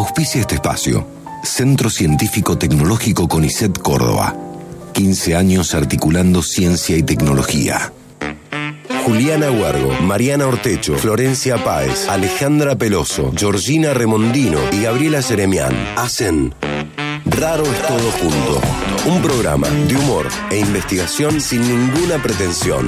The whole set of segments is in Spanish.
Auspicia este espacio. Centro Científico Tecnológico CONICET Córdoba. 15 años articulando ciencia y tecnología. Juliana Huargo, Mariana Ortecho, Florencia Páez, Alejandra Peloso, Georgina Remondino y Gabriela Seremian hacen Raro es Todo Junto. Un programa de humor e investigación sin ninguna pretensión.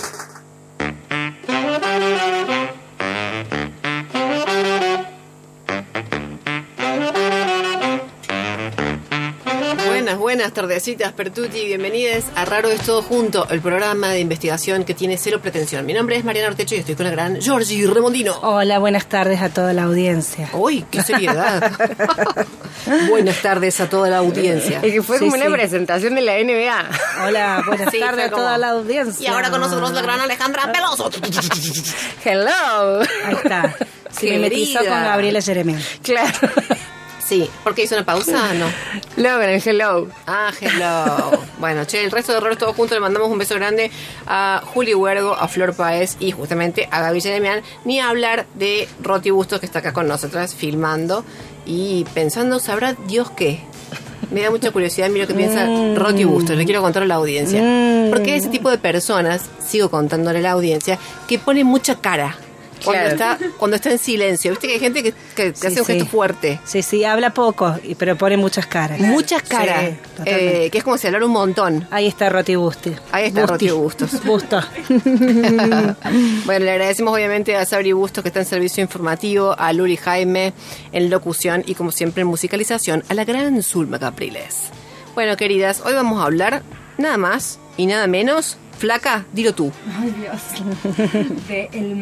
Buenas tardecitas, Pertuti, bienvenidos a Raro es Todo Junto, el programa de investigación que tiene cero pretensión. Mi nombre es Mariana Ortecho y estoy con la gran Georgie Remondino. Hola, buenas tardes a toda la audiencia. ¡Uy, qué seriedad! Buenas tardes a toda la audiencia. Es que fue como una presentación de la NBA. Hola, buenas tardes a toda la audiencia. Y ahora con nosotros la gran Alejandra Peloso. Hello. Ahí está. Se mimetizó con Gabriela Jeremian. Claro. Sí, ¿por qué hizo una pausa? No. Luego con el hello. Ah, hello. Bueno, el resto de Raros Todos Juntos le mandamos un beso grande a Juli Huergo, a Flor Páez y justamente a Gaby Jeremian. Ni hablar de Roti Bustos, que está acá con nosotras filmando y pensando, ¿sabrá Dios qué? Me da mucha curiosidad, mira qué piensa Roti Bustos. Le quiero contar a la audiencia. Porque ese tipo de personas, sigo contándole a la audiencia, que pone mucha cara. Cuando está en silencio. Viste que hay gente que hace un gesto fuerte. Sí, habla poco, pero pone muchas caras. Muchas caras. Sí, que es como si hablara un montón. Ahí está Roti Busti. Ahí está Roti Bustos. Bustos. Bueno, le agradecemos obviamente a Sabri Bustos, que está en servicio informativo, a Luli Jaime en locución y como siempre en musicalización, a la gran Zulma Capriles. Bueno, queridas, hoy vamos a hablar nada más y nada menos. Flaca, dilo tú. Ay, Dios. De el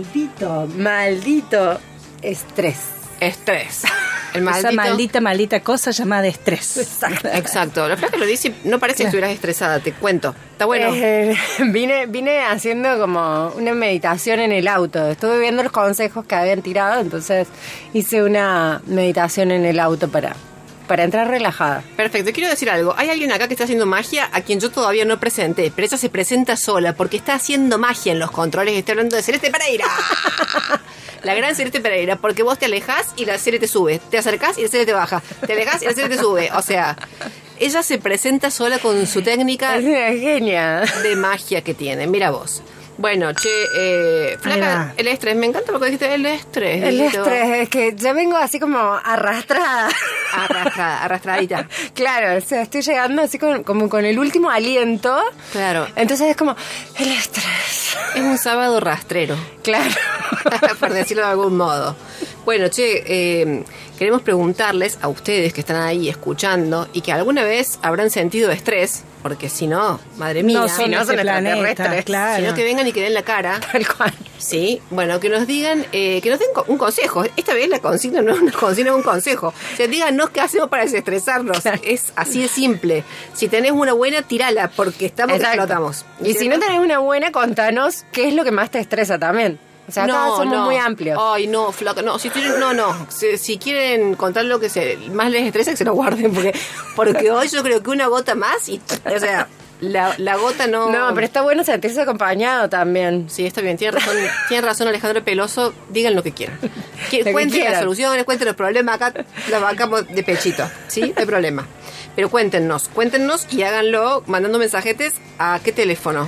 maldito estrés. Estrés. Esa maldita cosa llamada estrés. Exacto. La flaca lo dice, no parece que estuvieras estresada, te cuento. Está bueno. Vine haciendo como una meditación en el auto. Estuve viendo los consejos que habían tirado, entonces hice una meditación en el auto para entrar relajada. Perfecto, quiero decir algo. Hay alguien acá que está haciendo magia a quien yo todavía no presenté, pero ella se presenta sola porque está haciendo magia en los controles. Estoy hablando de Celeste Pereira. La gran Celeste Pereira, porque vos te alejás y la serie te sube. Te acercás y la serie te baja. Te alejás y la serie te sube. O sea, ella se presenta sola con su técnica. Es una genia de magia que tiene. Mira vos. Bueno, flaca, el estrés, me encanta lo que dijiste, el estrés. El estrés, es que yo vengo así como arrastrada. Arrastradita. Claro, o sea, estoy llegando así como con el último aliento. Claro. Entonces es como, el estrés. Es un sábado rastrero. Claro. Por decirlo de algún modo. Bueno, queremos preguntarles a ustedes que están ahí escuchando y que alguna vez habrán sentido estrés, porque si no, madre mía, no son extraterrestres, claro. Sino que vengan y que den la cara. Tal cual. Sí, bueno, que nos digan, que nos den un consejo. Esta vez la consigna no es una consigna, es un consejo. O sea, díganos qué hacemos para desestresarnos. Claro. Es así de simple. Si tenés una buena, tirala, porque estamos que explotamos. Y si no tenés una buena, contanos qué es lo que más te estresa también. O sea, acá somos muy amplios. Ay, no, flaca, no. Si quieren contar lo que más les estresa, que se lo guarden. Porque hoy yo creo que una gota más y, o sea, la gota no... No, pero está bueno sentirse acompañado también. Sí, está bien. Tiene razón Alejandro Peloso. Digan lo que quieran. Cuenten las soluciones, cuenten los problemas. Acá la bancamos de pechito. ¿Sí? No hay problema. Pero cuéntenos y háganlo mandando mensajetes. ¿A qué teléfono?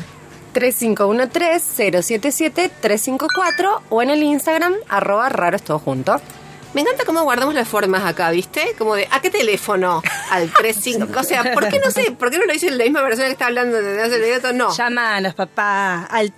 3513-077-354 o en el Instagram @raroestodojunto. Me encanta cómo guardamos las formas acá, ¿viste? Como de, ¿a qué teléfono? Al 35. O sea, ¿por qué no lo dice la misma persona que está hablando desde hace el video? No. Llámanos, papá, al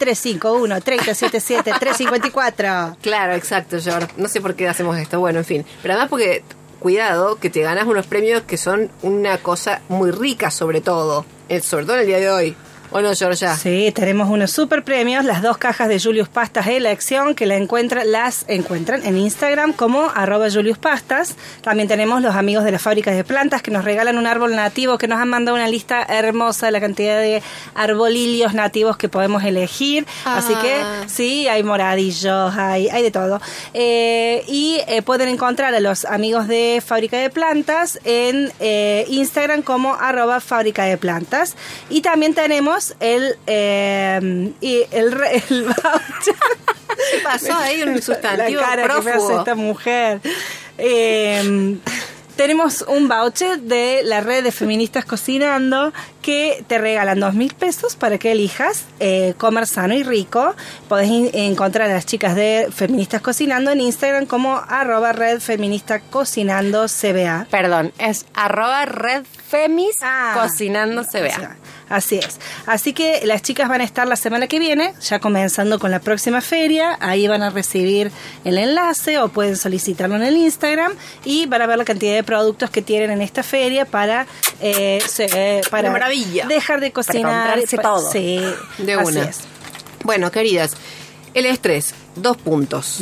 351-3077-354. Claro, exacto, George. No sé por qué hacemos esto. Bueno, en fin. Pero además porque, cuidado, que te ganas unos premios que son una cosa muy rica, sobre todo en el día de hoy. ¿O no, Georgia? Sí, tenemos unos super premios, las 2 cajas de Julius Pastas Elección, que las encuentran en Instagram como @JuliusPastas. También tenemos los amigos de las fábricas de plantas que nos regalan un árbol nativo, que nos han mandado una lista hermosa de la cantidad de arbolilios nativos que podemos elegir. Así que sí, hay moradillos, hay de todo. Y pueden encontrar a los amigos de Fábrica de Plantas en Instagram como @Fábrica de Plantas. Y también tenemos el voucher. ¿Qué pasó ahí? Un sustantivo la cara prófugo. que me hace esta mujer. Tenemos un voucher de la red de Feministas Cocinando que te regalan 2.000 pesos para que elijas comer sano y rico. Podés encontrar a las chicas de Feministas Cocinando en Instagram como @red feminista cocinando CBA. Perdón, es @redfemis cocinando CBA. Así es. Así que las chicas van a estar la semana que viene, ya comenzando con la próxima feria. Ahí van a recibir el enlace o pueden solicitarlo en el Instagram y van a ver la cantidad de productos que tienen en esta feria para Una maravilla. dejar de cocinar. comprarse todo. Sí, De así una. es. Bueno, queridas, el estrés, 2 puntos.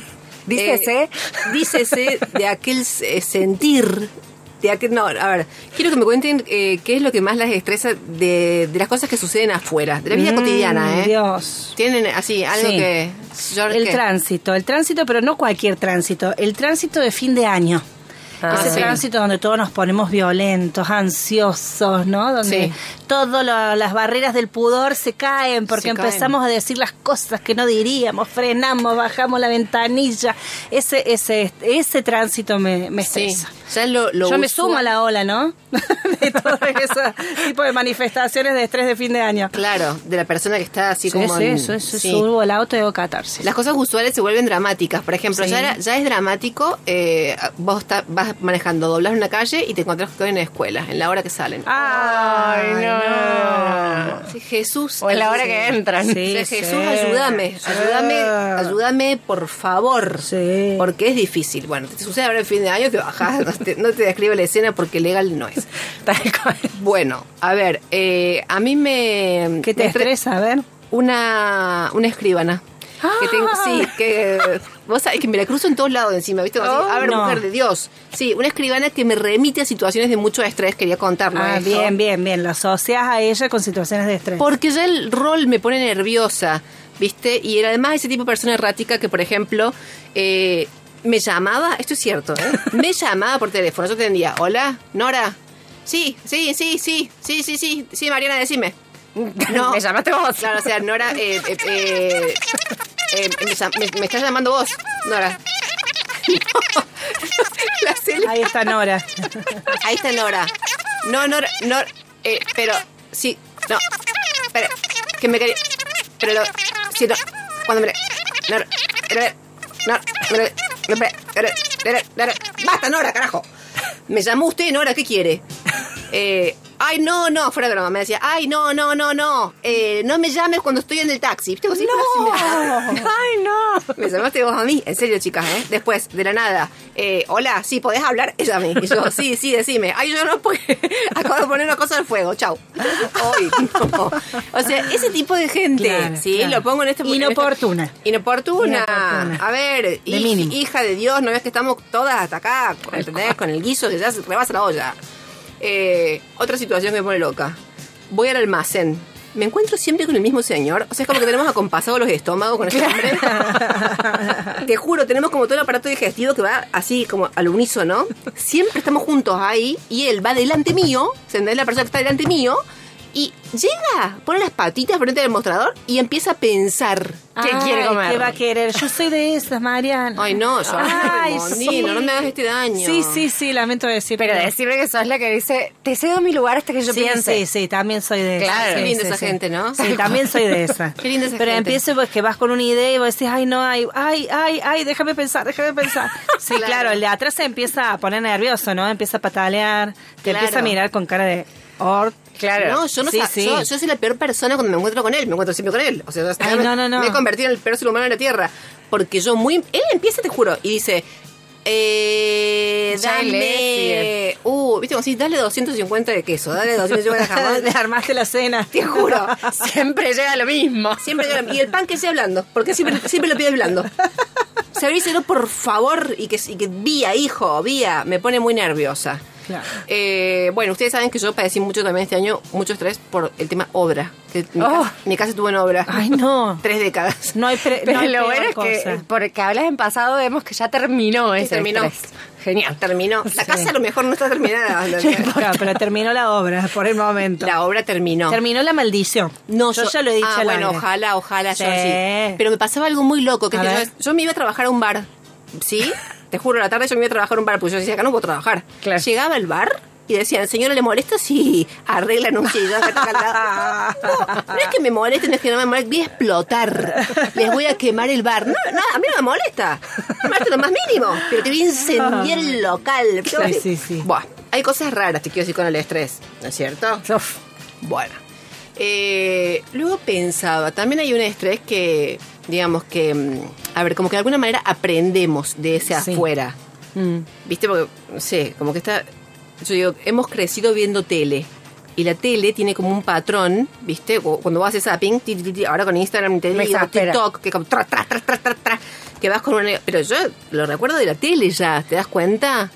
Dícese de aquel sentir. No, a ver, quiero que me cuenten qué es lo que más las estresa de las cosas que suceden afuera, de la vida cotidiana, ¿eh? Dios. Tienen así algo Sí. que... El tránsito, pero no cualquier tránsito, el tránsito de fin de año. Ese sí. tránsito donde todos nos ponemos violentos, ansiosos, ¿no? Donde Sí. todas las barreras del pudor se caen porque Se caen. empezamos a decir las cosas que no diríamos, frenamos, bajamos la ventanilla. Ese tránsito me Sí, estresa. ya lo Yo me usual- sumo a la ola, ¿no? De todo ese tipo de manifestaciones de estrés de fin de año. Claro, de la persona que está así como... Sí, sí. subo al auto y debo catarsis. Las cosas usuales se vuelven dramáticas. Por ejemplo, Sí. ya es dramático, vos vas manejando, doblás una calle y te encontrás con en la escuela, en la hora que salen. Ay, no. Sí, Jesús. O en la hora que entran. Sí. O sea, Jesús, ayúdame, por favor. Sí. Porque es difícil. Bueno, te sucede ahora el fin de año, te bajás, no te describe la escena porque legal no es. Tal cual. Bueno, a ver, a mí me... ¿Qué te me estresa? A ver. una escribana. Que tengo, sí, que vos sabés que me la cruzo en todos lados encima, ¿viste? Como así, a ver, no. mujer de Dios. Sí, una escribana que me remite a situaciones de mucho estrés, quería contarlo. esto. Bien. Lo asocias a ella con situaciones de estrés. Porque ya el rol me pone nerviosa, ¿viste? Y era además ese tipo de persona errática que, por ejemplo, me llamaba, esto es cierto, me llamaba por teléfono, yo atendía, hola, Nora, sí, Mariana, decime. No, Me llamaste vos. Claro, o sea, Nora, me estás llamando vos, Nora. No, la Celia. Ahí está Nora. Ahí está Nora. No, pero, sí, no, espera, que me quería, pero, sí, no, cuando me, Nora, basta, Nora, carajo. Me llamó usted, Nora, ¿qué quiere? Ay, no, fuera de broma, me decía, ay, no, no me llames cuando estoy en el taxi. ¿Viste? Así, Ay, no. me llamaste vos a mí, en serio, chicas, ¿eh? Después, de la nada, hola, sí, ¿podés hablar? Ella a mí. Y yo, sí, decime. Ay, yo no puedo. Acabo de poner una cosa al fuego, chau. Ay, no. O sea, ese tipo de gente, Claro, ¿sí? claro. Lo pongo en este... Inoportuna. Inoportuna. A ver, mínimo. hija de Dios, ¿no ves que estamos todas hasta acá, ¿entendés? Con el guiso que ya se rebasa la olla. Otra situación que me pone loca. Voy al almacén. Me encuentro siempre con el mismo señor. O sea, es como que tenemos acompasados los estómagos con este hombre. Te juro, tenemos como todo el aparato digestivo que va así como al unísono. Siempre estamos juntos ahí y él va delante mío, se entiende, la persona que está delante mío, y llega, pone las patitas frente al mostrador y empieza a pensar. ¿Qué quiere comer? ¿Qué va a querer? Yo soy de esas, Mariana. Ay, no, yo Ay, no me hagas este daño. Sí, lamento decir. Pero decirle que sos la que dice, te cedo mi lugar hasta que yo piense. Sí, también soy de esa. Claro. Sí, Qué linda sí, esa sí. gente, ¿no? Sí, también soy de esa. Qué linda esa Pero gente. empiezo pues que vas con una idea y vos decís, ay, no, ay, déjame pensar. Sí, claro, el de atrás se empieza a poner nervioso, ¿no? Empieza a patalear, te Claro. empieza a mirar con cara de... Claro. No, yo no Sí, sa- sí. Yo soy la peor persona cuando me encuentro con él. Me encuentro siempre con él. O sea, Ay, no. me he convertido en el peor ser humano de la Tierra. Porque yo él empieza, te juro, y dice... dame... viste, como si dale 250 de queso, dale 250 de jamón. Le armaste la cena. Te juro. Siempre llega lo mismo. Siempre y el pan que sea blando, porque siempre lo pide blando. Servíselo, por favor, y que vía, hijo, me pone muy nerviosa. Claro. Bueno, ustedes saben que yo padecí mucho también este año, mucho estrés por el tema obra. Que mi casa estuvo en obra. Ay, no. 3 décadas. No hay Pero no hay lo peor bueno es que, cosa. porque hablas en pasado, vemos que ya terminó ese terminó. estrés. Genial. Terminó. La casa a lo mejor no está terminada. Claro, pero terminó la obra por el momento. La obra terminó. Terminó la maldición. No, yo ya lo he dicho al bueno, aire. ojalá, Sí. yo sí. Pero me pasaba algo muy loco, que A es que ver. yo me iba a trabajar a un bar, ¿sí? te juro, a la tarde yo me iba a trabajar en un bar, pues yo decía, acá no puedo trabajar. Claro. Llegaba al bar y decían, señora, ¿le molesta? Sí, arreglan un sillón que está acá al lado. No es que me moleste, no es que no me moleste, voy a explotar. Les voy a quemar el bar. No, a mí no me molesta. Más lo más mínimo, pero te voy a incendiar el local. Sí. Buah, hay cosas raras, te quiero decir, con el estrés, ¿no es cierto? Uf. Bueno. Luego pensaba, también hay un estrés que, digamos que, a ver, como que de alguna manera aprendemos de ese Sí. afuera. ¿Viste? Porque, no sé, como que está... Yo digo, hemos crecido viendo tele. Y la tele tiene como un patrón, ¿viste? Cuando vos haces zapping, ahora con Instagram te Me digo, exaspera. TikTok, que como tra, que vas con una... Pero yo lo recuerdo de la tele ya, ¿te das cuenta?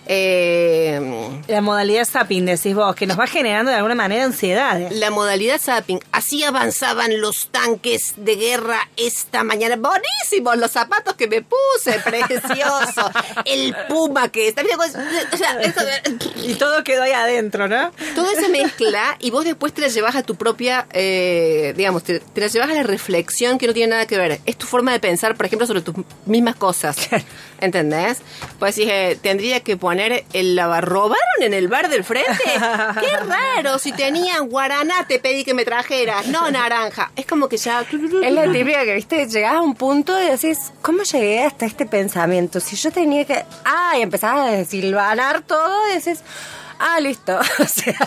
La modalidad zapping, decís vos, que nos va generando de alguna manera ansiedades. La modalidad zapping. Así avanzaban los tanques de guerra esta mañana. Buenísimos los zapatos que me puse, precioso. El puma que está... O sea, Y todo quedó ahí adentro, ¿no? toda esa mezcla y vos después te la llevas a tu propia, digamos, te la llevas a la reflexión que no tiene nada que ver. Es tu forma de pensar, por ejemplo, sobre tus mismas cosas. ¿Entendés? Pues decís, tendría que poner el lavarrobaron en el bar del frente. Qué raro, si tenían guaraná te pedí que me trajeras, no naranja. Es como que ya... Es la típica que, viste, llegás a un punto y decís, ¿cómo llegué hasta este pensamiento? Si yo tenía que... y empezás a desilvanar todo y decís... listo. O sea,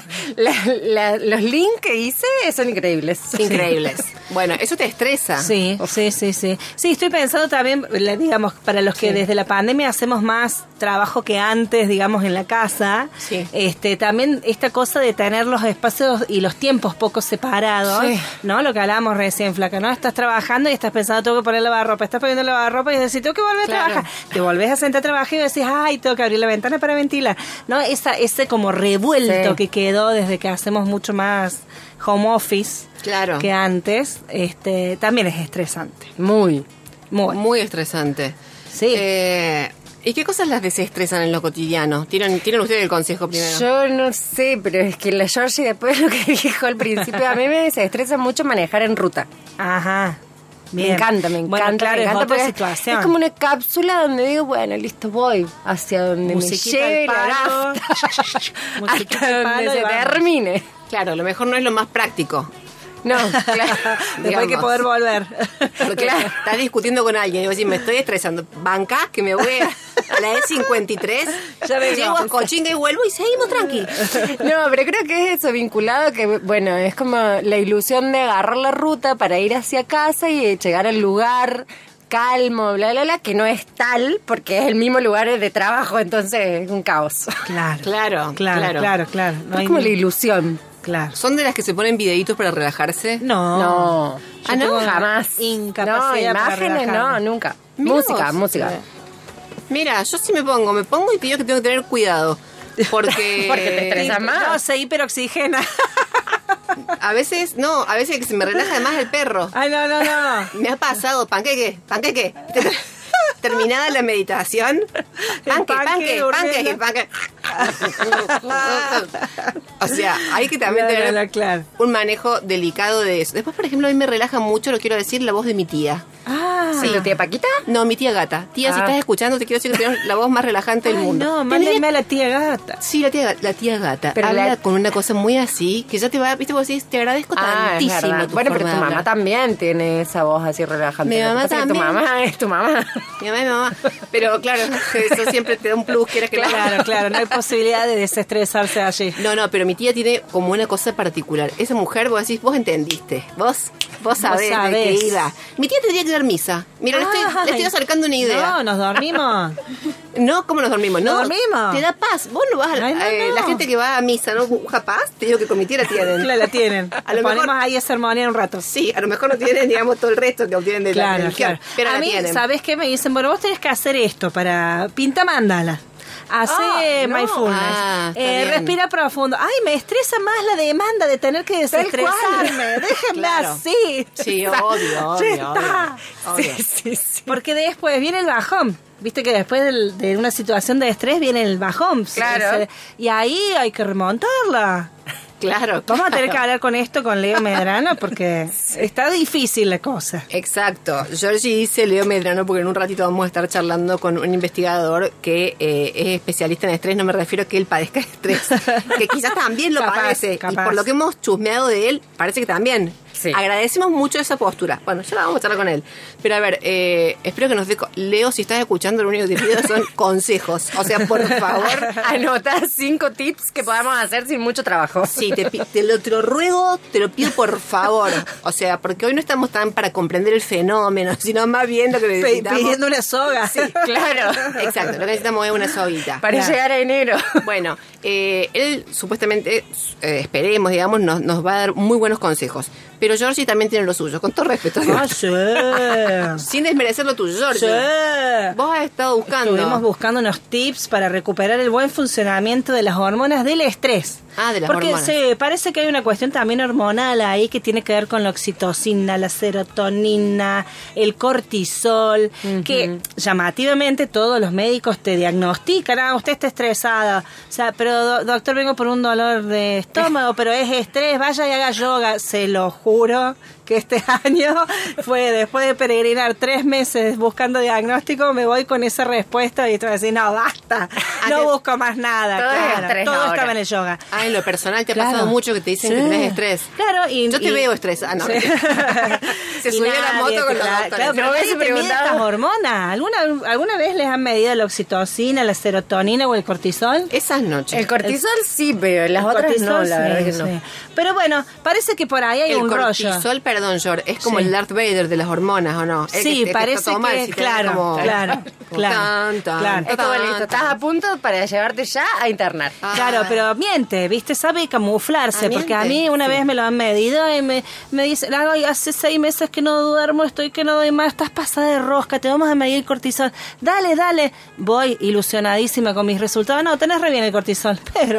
los links que hice son increíbles. Increíbles. Bueno, eso te estresa. Sí. Sí, estoy pensando también, digamos, para los que desde la pandemia hacemos más trabajo que antes, digamos, en la casa. Sí. También esta cosa de tener los espacios y los tiempos poco separados, Sí. ¿no? Lo que hablábamos recién, Flaca, ¿no? Estás trabajando y estás pensando, tengo que poner lavarropa, estás poniendo lavarropa y decís, tengo que volver a Claro. trabajar. Te volvés a sentar a trabajar y decís, tengo que abrir la ventana para ventilar, ¿no? Ese como revuelto Sí. que quedó desde que hacemos mucho más home office Claro. que antes, también es estresante. Muy. Muy estresante. Sí. ¿Y qué cosas las desestresan en lo cotidiano? ¿Tienen ustedes el consejo primero? Yo no sé, pero es que la Georgie, después de lo que dijo al principio, a mí me desestresa mucho manejar en ruta. Ajá. Bien. Me encanta, me Bueno, encanta. claro, me es encanta otra porque situación. Es como una cápsula donde digo, bueno, listo, voy hacia donde Musiquita me al lleve la palo. nafta. Musiquita hasta al donde palo y se vamos. termine. Claro, lo mejor no es lo más práctico. No, claro. Después hay que poder volver. Porque estás discutiendo con alguien y vos decís, me estoy estresando. Bancás que me voy a la E53, Ya vengo. llego a Cochinga y vuelvo y seguimos tranqui. No, pero creo que es eso, vinculado que, bueno, es como la ilusión de agarrar la ruta para ir hacia casa y llegar al lugar calmo, bla, bla, bla, que no es tal porque es el mismo lugar de trabajo, entonces es un caos. Claro. Claro. No es hay como ni- la ilusión. Claro. ¿Son de las que se ponen videitos para relajarse? No. No, Yo tengo jamás. incapacidad no, para imágenes, no, relajarme. nunca. Mirá Música, vos. música. Mira, yo sí me pongo y te digo que tengo que tener cuidado. Porque, Porque te estresa más. No, se hiperoxigena. a veces que se me relaja además el perro. Ay, no. Me ha pasado, panqueque. Terminada la meditación, panque. O sea, hay que también tener Claro. un manejo delicado de eso. Después, por ejemplo, a mí me relaja mucho, lo quiero decir, la voz de mi tía. Sí. ¿Tu tía Paquita? No, mi tía gata. Tía, si estás escuchando, te quiero decir que tienes la voz más relajante del mundo. No, Tendría- mándenme a la tía gata. Sí, la tía gata. Pero habla la- con una cosa muy así, que ya te va, viste, vos decís, te agradezco Es tantísimo verdad. tu Bueno, pero forma tu de mamá hablar. también tiene esa voz así relajante. Mi Lo que mamá pasa es que también. Tu mamá es tu mamá. Mi mamá. Pero claro, eso siempre te da un plus, quieras que no. Claro, no hay posibilidad de desestresarse allí. No, pero mi tía tiene como una cosa particular. Esa mujer, vos decís, vos entendiste. Vos sabés de qué sabés. iba. Mi tía tendría que dar misa. Mira, le estoy acercando una idea. No, nos dormimos. No, ¿cómo nos dormimos? No, ¿Nos dormimos? Te da paz. Vos no vas a... Ay, no. La gente que va a misa, ¿no? ¿Busca paz? Te digo que con mi tía la tienen. La tienen. A lo Ponemos mejor- ahí a sermonear un rato. Sí, a lo mejor no tienen, digamos, todo el resto que obtienen de la Claro. religión. Pero a la mí, tienen. ¿sabes qué? Me dicen, bueno, vos tenés que hacer esto para pinta mandala. Hace no. mindfulness. Está bien. Respira profundo. Ay, me estresa más la demanda de tener que desestresarme. Déjenme Claro. así. Sí, obvio. Ya está. Obvio. Sí. Porque después viene el bajón. Viste que después de una situación de estrés viene el bajón. Claro. Y ahí hay que remontarla. Claro. Vamos a tener que hablar con esto con Leo Medrano porque está difícil la cosa. Exacto. Georgie dice Leo Medrano porque en un ratito vamos a estar charlando con un investigador que es especialista en estrés. No me refiero a que él padezca estrés, que quizás también lo padece. Capaz. Y por lo que hemos chusmeado de él, parece que también. Sí. Agradecemos mucho esa postura. Bueno, ya la vamos a charlar con él. Pero a ver, espero que nos dé... Leo, si estás escuchando, lo único que te pido son consejos. O sea, por favor... Anota 5 tips que podamos hacer sin mucho trabajo. Sí, te lo ruego, te lo pido por favor. O sea, porque hoy no estamos tan para comprender el fenómeno, sino más bien lo que necesitamos. Pidiendo una soga. Sí, claro. Exacto, lo que necesitamos es una soguita. Para llegar a enero. Bueno, él supuestamente, esperemos, digamos, nos va a dar muy buenos consejos. Pero Georgie también tiene lo suyo, con todo respeto. Ah, sí. Sin desmerecer lo tuyo, Georgie. Sí. Vos has estado buscando. Estuvimos buscando unos tips para recuperar el buen funcionamiento de las hormonas del estrés. Ah, de las Porque hormonas. sí, parece que hay una cuestión también hormonal ahí que tiene que ver con la oxitocina, la serotonina, el cortisol, que llamativamente todos los médicos te diagnostican, usted está estresada, o sea, pero doctor, vengo por un dolor de estómago, pero es estrés, vaya y haga yoga, se lo juro que este año fue después de peregrinar 3 meses buscando diagnóstico, me voy con esa respuesta y tú vas a decir, no, basta, no busco más nada. Todo es Claro, estrés todo ahora. estaba en el yoga. Ah, en lo personal te ha Claro. pasado mucho que te dicen Sí. que tenés estrés. Claro, y Yo te veo estresada. No. Sí. Se Y subió a la nadie moto con los claro, doctores. claro, pero No nadie hubiese te mide preguntado. estas hormonas. ¿Alguna vez les han medido la oxitocina, la serotonina o el cortisol? Esas noches. El cortisol sí, pero las El otras cortisol, no, la sí, verdad que no. sí. Pero bueno, parece que por ahí hay El un rollo. cortisol, perdón, George, es como Sí. el Darth Vader de las hormonas, ¿o no? El Sí, está parece todo mal, que, si te da claro, como- claro, como claro, tan, tan, claro. Es como tan, listo, tan. estás a punto para llevarte ya a internar. Ah. Claro, pero miente, ¿viste? Sabe camuflarse, Ah, porque a miente. mí una vez me lo han medido y me dicen, ay, hace 6 meses que no duermo, estoy que no doy más, estás pasada de rosca, te vamos a medir el cortisol. Dale, dale. Voy ilusionadísima con mis resultados. No, tenés re bien el cortisol, pero...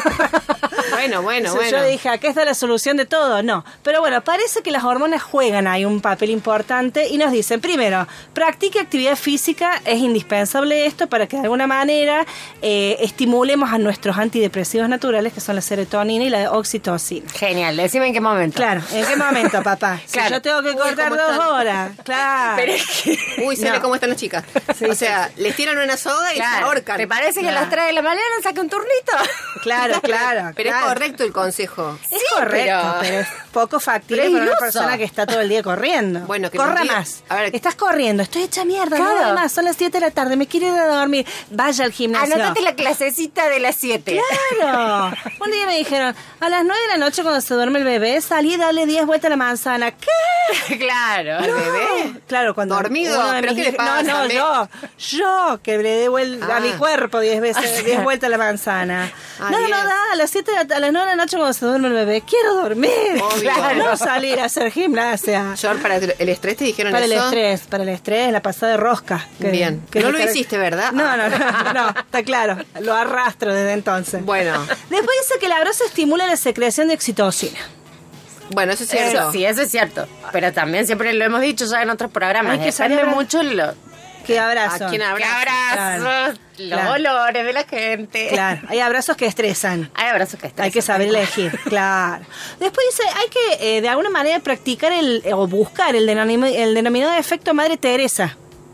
Bueno. Yo dije, ¿acá está la solución de todo? No. Pero bueno, parece que las hormonas juegan ahí un papel importante y nos dicen, primero, practique actividad física, es indispensable esto para que de alguna manera estimulemos a nuestros antidepresivos naturales, que son la serotonina y la oxitocina. Genial, decime en qué momento. Claro, ¿en qué momento, papá? Si Claro. yo tengo que Uy, cortar ¿cómo 2 están? horas, claro. Pero es que... Uy, se ve cómo están las chicas. O sea, les tiran una soga y se Claro, ahorcan. ¿te parece que a Claro. las 3 de la mañana saque un turnito? Claro, claro. Pero claro. es correcto el consejo. Es Sí, correcto, pero- pero es poco factible pero es para una iluso. persona que está todo el día corriendo. Bueno, que corra nos diga- más. a ver- Estás corriendo, estoy hecha mierda, Claro. no más, son las 7 de la tarde, me quiero ir a dormir. Vaya al gimnasio. Anótate la clasecita de las 7. Claro. Un día me dijeron, a las 9 de la noche cuando se duerme el bebé, salí y dale 10 vueltas a la manzana. ¿Qué? Claro. ¿Al bebé? Claro, cuando ¿Dormido? uno de ¿Pero mis qué le hijos- pasa? No, yo que le dé vuelta a mi cuerpo 10 veces, 10 vueltas a la manzana. Ah, No, 10. da, a las 7 a las 9 de la noche cuando se duerme el bebé, quiero dormir. Obvio. No salir a hacer gimnasia. George, para el estrés te dijeron Para eso. el estrés, la pasada de rosca. Bien. No lo hiciste, ¿verdad? No, está claro. Lo arrastro desde entonces. Bueno. Después dice que el abrazo estimula la secreción de oxitocina. Bueno, eso es cierto. Eso, sí, eso es cierto. Pero también siempre lo hemos dicho ya en otros programas. Hay que Depende saber- mucho lo... ¿Qué abrazo? ¿A quién ¿Qué abraza? abrazos? Los Claro. olores de la gente. Claro, hay abrazos que estresan. Hay abrazos que están. Hay que saber elegir, claro. Después dice, hay que de alguna manera practicar o buscar el denominado efecto Madre Teresa.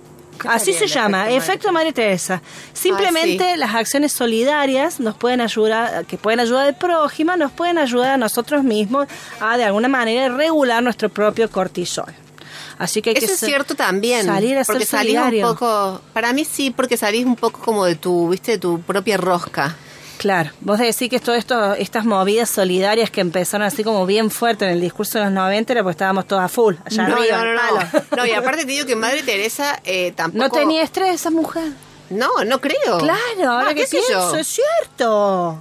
Así bien se el llama, efecto Madre Teresa. Simplemente sí. las acciones solidarias nos pueden ayudar, que pueden ayudar al prójimo, nos pueden ayudar a nosotros mismos a de alguna manera regular nuestro propio cortisol. Así que hay Eso que es cierto también. salir a ser porque salís solidario. un poco. Para mí sí, porque salís un poco como de tu, viste, de tu propia rosca. Claro, vos decís que todo esto, estas movidas solidarias que empezaron así como bien fuerte en el discurso de los 90 era porque estábamos todos a full, allá arriba, al palo. No, y aparte te digo que Madre Teresa tampoco. No tenía estrés esa mujer. No creo. Claro, ahora Ah, que qué sé yo. pienso, es cierto.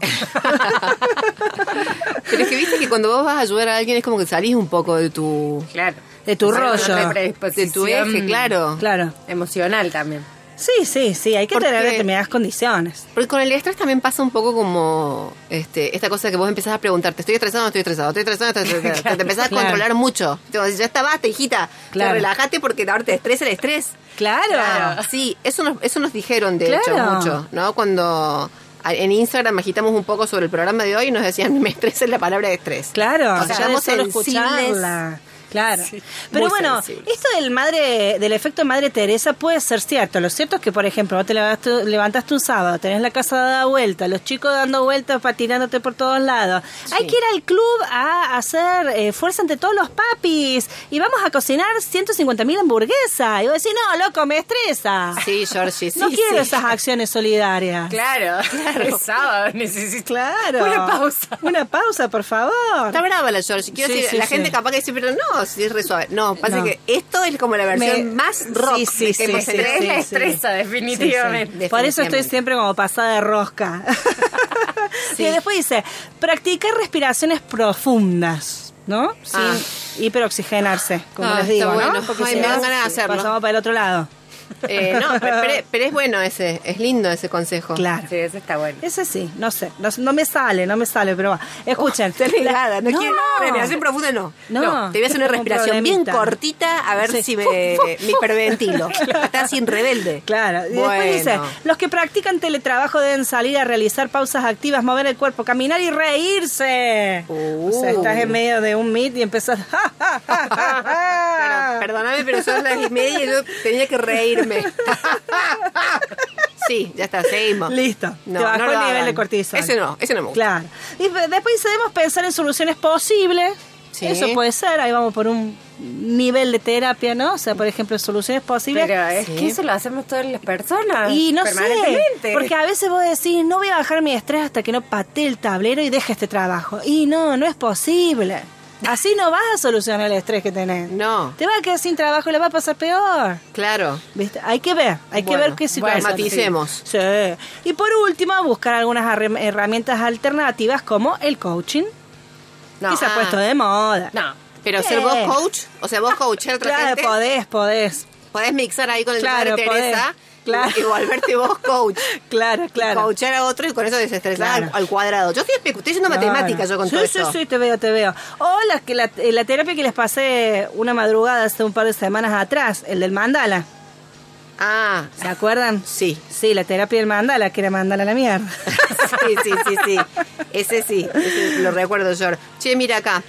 Pero es que viste que cuando vos vas a ayudar a alguien es como que salís un poco de tu. Claro. De tu Hay una rollo. De tu eje, claro. Claro. Emocional también. Sí, hay que Porque- tener determinadas condiciones. Porque con el estrés también pasa un poco como esta cosa que vos empezás a preguntarte, ¿estoy estresado o no estoy estresado? ¿Estoy estresado o no estoy estresado? Te empezás a Claro. controlar mucho. Entonces, ya está, basta, hijita. Claro. Relájate porque ahora te estresa el estrés. Claro. Sí, eso nos dijeron de hecho Claro. mucho, ¿no? Cuando en Instagram agitamos un poco sobre el programa de hoy y nos decían, me estresa la palabra de estrés. Claro, O sea, ya de somos solo sensibles. escucharla. Claro. Sí, Pero muy bueno, sensibles. esto del efecto Madre Teresa puede ser cierto. Lo cierto es que, por ejemplo, vos te levantaste un sábado, tenés la casa dada vuelta, los chicos dando vueltas, patinándote por todos lados. Sí. Hay que ir al club a hacer fuerza ante todos los papis y vamos a cocinar 150.000 hamburguesas. Y vos decís, no, loco, me estresa. Sí, Georgie, sí. no quiero sí. esas acciones solidarias. Claro, es sábado, necesito Claro. una pausa. Una pausa, por favor. Está brava la Georgie. Quiero Sí, decir, sí, la sí. gente capaz que dice, pero no, si es re suave. No, pasa No. que esto es como la versión más rock. Sí, sí, de que sí, hemos sí, tenido. Estrés la sí. estresa, definitivamente. Sí. Por eso estoy Definitivamente. siempre como pasada de rosca. Sí. Y después dice, practicar respiraciones profundas, ¿no? Sin hiperoxigenarse, como Ah, les digo, está bueno. ¿no? Porque Ay, si me dan no, ganas de hacerlo. pasamos para el otro lado. No, pero es bueno ese, es lindo ese consejo. Claro. Sí, eso está bueno. Ese sí, no sé, no me sale, pero va. Escuchen. Estoy negada, no No. quiero respiración profunda, no. No. Te voy a hacer una Un respiración bien problemita. cortita a ver Sí. si me hiperventilo. Estás sin rebelde. Claro, y después dice, Bueno. los que practican teletrabajo deben salir a realizar pausas activas, mover el cuerpo, caminar y reírse. O sea, estás en medio de un meet y empezás... Pero, perdóname, pero son las 1:30 y yo tenía que reírme. Sí, ya está, seguimos. Listo, No, te bajó no lo el nivel hagan. de cortisol. Ese no me gusta. Claro. Y después debemos pensar en soluciones posibles. Sí. Eso puede ser, ahí vamos por un nivel de terapia, ¿no? O sea, por ejemplo, soluciones posibles. Pero es Sí. que eso lo hacemos todas las personas. Y no sé, permanentemente. porque a veces vos decís, no voy a bajar mi estrés hasta que no patee el tablero y deje este trabajo. Y no es posible. Así no vas a solucionar el estrés que tenés. No, Te vas a quedar sin trabajo y le va a pasar peor. claro. ¿Viste? Hay que ver Bueno, qué situación. maticemos. Sí. Y por último, buscar algunas herramientas alternativas como el coaching, No. que se ha puesto de moda. No. Pero ser vos coach, o sea, vos coachar a otra Claro, gente, podés. podés mixar ahí con el Claro, Madre Teresa podés. Claro. y volverte vos coach. Claro, Y claro. coachar a otro y con eso desestresar Claro. al cuadrado. Yo estoy haciendo matemáticas yo con sí, todo sí, esto. Sí, te veo. O la terapia que les pasé una madrugada hace un par de semanas atrás, el del mandala. Ah, ¿Se acuerdan? sí. Sí, la terapia del mandala, que era mandala a la mierda. Sí. Ese lo recuerdo yo. Che, mira acá.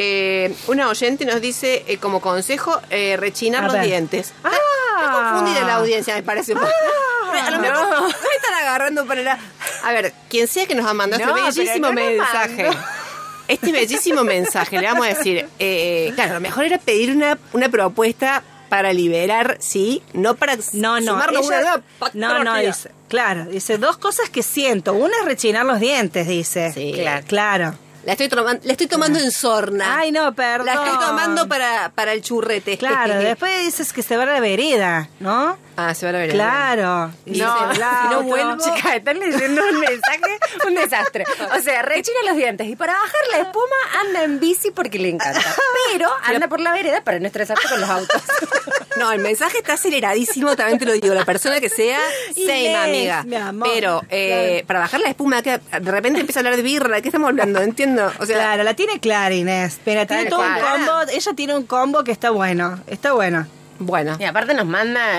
Una oyente nos dice como consejo rechinar A los ver. dientes. Ah. Está confundida la audiencia, me parece. Un poco. A lo mejor no están agarrando para la... A ver, quien sea que nos ha mandado No, este bellísimo pero no nos mensaje. mandó. Este bellísimo mensaje, le vamos a decir. Claro, lo mejor era pedir una propuesta para liberar, sí, no para sumarnos ella- una no, dice, claro, dice dos cosas que siento. Una es rechinar los dientes, dice. Sí. Claro. La estoy tomando en sorna. Ay, no, perdón. La estoy tomando para el churrete. Claro, después dices que se va a la vereda, ¿no? Ah, se va a ver. Claro. Y No, dice, si "Bla, no otro". vuelvo- Chicas, están leyendo un mensaje, un desastre. O sea, rechina los dientes y para bajar la espuma anda en bici porque le encanta. Pero anda por la vereda para no estresarse con los autos. No, el mensaje está aceleradísimo, también te lo digo. La persona que sea, Inés, same, amiga. mi amor. Pero para bajar la espuma, que de repente empieza a hablar de birra. ¿De qué estamos hablando? Entiendo. O sea, Claro, la tiene clara Inés. Pero tiene Tal todo un cual. combo. Ella tiene un combo que está bueno. Está bueno. bueno. Y aparte nos manda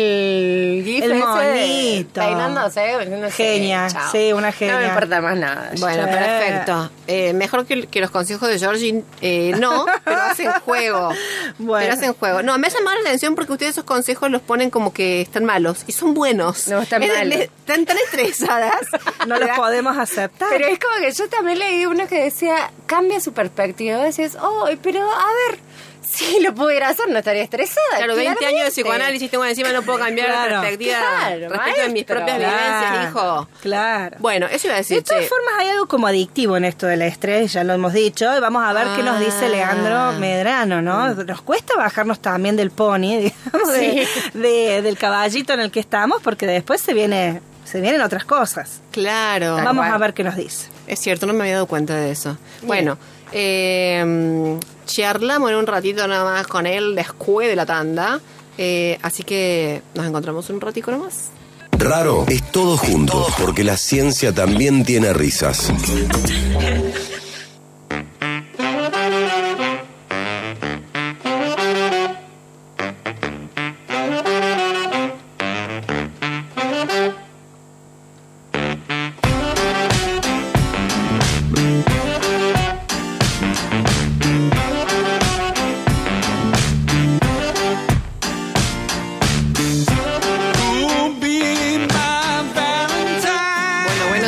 el GIF El ese de monito. peinándose. diciendo, Genia, chao. sí, una genia. No me importa más nada. Bueno, Sí. perfecto. Mejor que los consejos de Georgie, no, pero hacen juego. Bueno. Pero hacen juego. No, me ha llamado la atención porque ustedes esos consejos los ponen como que están malos. Y son buenos. No, están malos. Están tan estresadas. No los podemos aceptar. Pero es como que yo también leí uno que decía, cambia su perspectiva. Decías, pero a ver, si lo pudiera hacer no estaría estresada. Claro, 20 años de claramente. psicoanálisis tengo encima, no puedo cambiar la Claro. perspectiva Claro, respecto de mis maestro. propias vivencias, hijo. Claro. Bueno, eso iba a decir, De todas che. formas, hay algo como adictivo en esto del estrés, ya lo hemos dicho, y vamos a ver qué nos dice Leandro Medrano, ¿no? Nos cuesta bajarnos también del pony, digamos, del caballito en el que estamos, porque después se vienen otras cosas. Claro. Vamos cual. a ver qué nos dice. Es cierto, no me había dado cuenta de eso. Bueno, charlamos en un ratito nada más con él después de la tanda. Así que nos encontramos un ratico nomás. Raro es todo junto, porque la ciencia también tiene risas.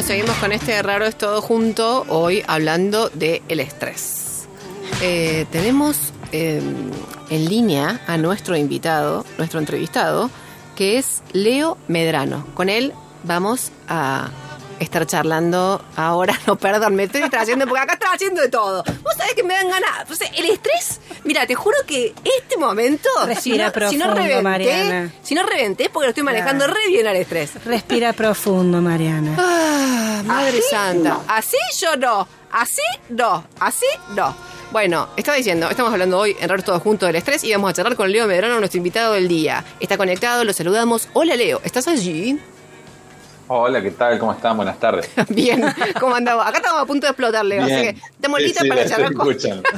seguimos con este Raro es Todo Junto, hoy hablando del estrés. Tenemos en línea a nuestro entrevistado, que es Leo Medrano. Con él vamos a estar charlando ahora. No, perdón, me estoy distrayendo porque acá estoy haciendo de todo. Vos sabés que me dan ganas. O sea, el estrés, mira, te juro que este momento, Respira profundo, Mariana. Si no reventé, porque lo estoy manejando re bien al estrés. Respira profundo, Mariana. Madre santa. No. Así yo no. Así no. Así no. Bueno, estaba diciendo, estamos hablando hoy en Raro Todos Juntos del estrés y vamos a charlar con Leo Medrano, nuestro invitado del día. Está conectado, lo saludamos. Hola, Leo, ¿estás allí? Hola, ¿qué tal? ¿Cómo están? Buenas tardes. Bien, ¿cómo andamos? Acá estamos a punto de explotar, Leo, bien. Así que estamos listos para charlar con...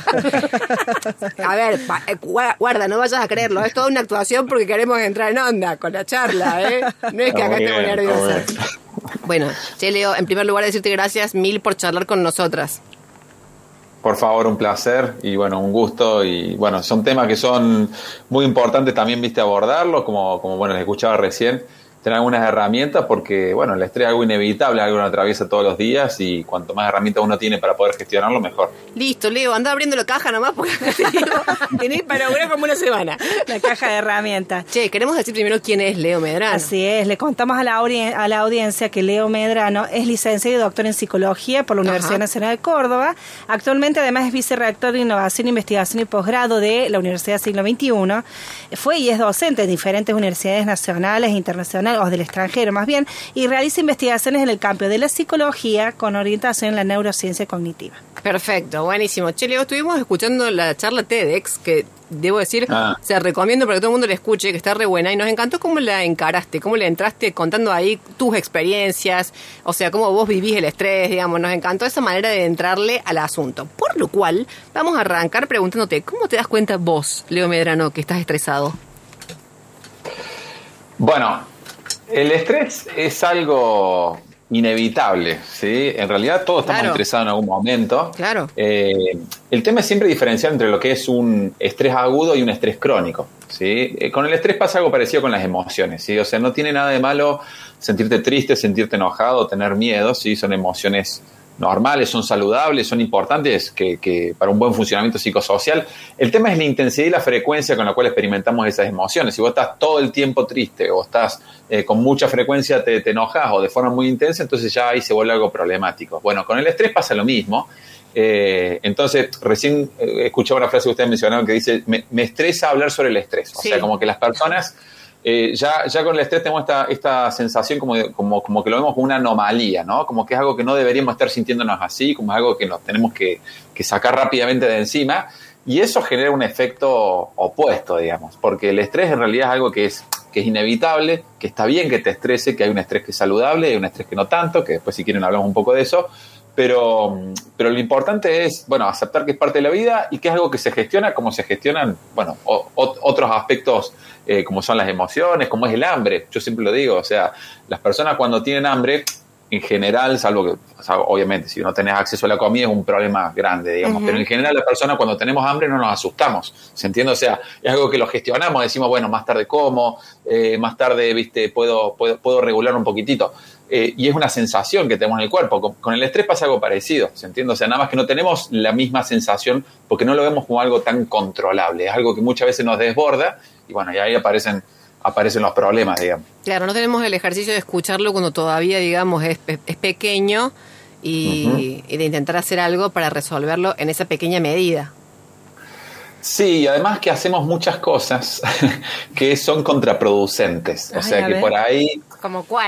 A ver, guarda, no vayas a creerlo, es toda una actuación porque queremos entrar en onda con la charla, ¿eh? No es que acá estemos nerviosos. Bueno, che, Leo, en primer lugar decirte gracias mil por charlar con nosotras. Por favor, un placer y bueno, un gusto y bueno, son temas que son muy importantes también, viste, abordarlos, como bueno, les escuchaba recién, tener algunas herramientas porque bueno, el estrés es algo inevitable, algo que uno atraviesa todos los días y cuanto más herramientas uno tiene para poder gestionarlo, mejor. Listo, Leo, anda abriendo la caja nomás porque tenés para durar como una semana. La caja de herramientas. Che, queremos decir primero quién es Leo Medrano. Así es, le contamos a la audiencia que Leo Medrano es licenciado y doctor en psicología por la Universidad Nacional de Córdoba. Actualmente además es vicerrector de Innovación, Investigación y Posgrado de la Universidad Siglo XXI. Fue y es docente en diferentes universidades nacionales e internacionales, o del extranjero más bien, y realiza investigaciones en el campo de la psicología con orientación en la neurociencia cognitiva. Perfecto, buenísimo. Che, Leo, estuvimos escuchando la charla TEDx, que debo decir, se recomiendo para que todo el mundo la escuche, que está re buena, y nos encantó cómo la encaraste, cómo le entraste contando ahí tus experiencias, o sea, cómo vos vivís el estrés, digamos, nos encantó esa manera de entrarle al asunto. Por lo cual, vamos a arrancar preguntándote, ¿cómo te das cuenta vos, Leo Medrano, que estás estresado? Bueno, el estrés es algo inevitable, ¿sí? En realidad todos estamos estresados en algún momento. Claro. El tema es siempre diferenciar entre lo que es un estrés agudo y un estrés crónico, ¿sí? Con el estrés pasa algo parecido con las emociones, ¿sí? O sea, no tiene nada de malo sentirte triste, sentirte enojado, tener miedo, ¿sí? Son emociones normales, son saludables, son importantes que para un buen funcionamiento psicosocial. El tema es la intensidad y la frecuencia con la cual experimentamos esas emociones. Si vos estás todo el tiempo triste o estás con mucha frecuencia te enojas o de forma muy intensa, entonces ya ahí se vuelve algo problemático. Bueno, con el estrés pasa lo mismo. Entonces, recién escuchaba una frase que ustedes mencionaron que dice, me estresa hablar sobre el estrés. O sea, como que las personas... ya con el estrés tenemos esta sensación como que lo vemos como una anomalía, ¿no? Como que es algo que no deberíamos estar sintiéndonos así, como es algo que nos tenemos que sacar rápidamente de encima, y eso genera un efecto opuesto, digamos, porque el estrés en realidad es algo que es inevitable, que está bien que te estrese, que hay un estrés que es saludable, hay un estrés que no tanto, que después si quieren hablamos un poco de eso, pero lo importante es, bueno, aceptar que es parte de la vida y que es algo que se gestiona como se gestionan, bueno, otros aspectos como son las emociones, como es el hambre. Yo siempre lo digo, o sea, las personas cuando tienen hambre, en general, salvo que, o sea, obviamente, si no tenés acceso a la comida es un problema grande, digamos, pero en general las personas cuando tenemos hambre no nos asustamos, ¿se entiende? O sea, es algo que lo gestionamos, decimos, bueno, más tarde como, más tarde, viste, puedo regular un poquitito. Y es una sensación que tenemos en el cuerpo. Con el estrés pasa algo parecido, ¿se entiende? O sea, nada más que no tenemos la misma sensación porque no lo vemos como algo tan controlable. Es algo que muchas veces nos desborda y bueno, y ahí aparecen los problemas, digamos. Claro, no tenemos el ejercicio de escucharlo cuando todavía, digamos, es pequeño y de intentar hacer algo para resolverlo en esa pequeña medida. Sí, y además que hacemos muchas cosas que son contraproducentes. O sea, que por ahí... ¿Como cuál?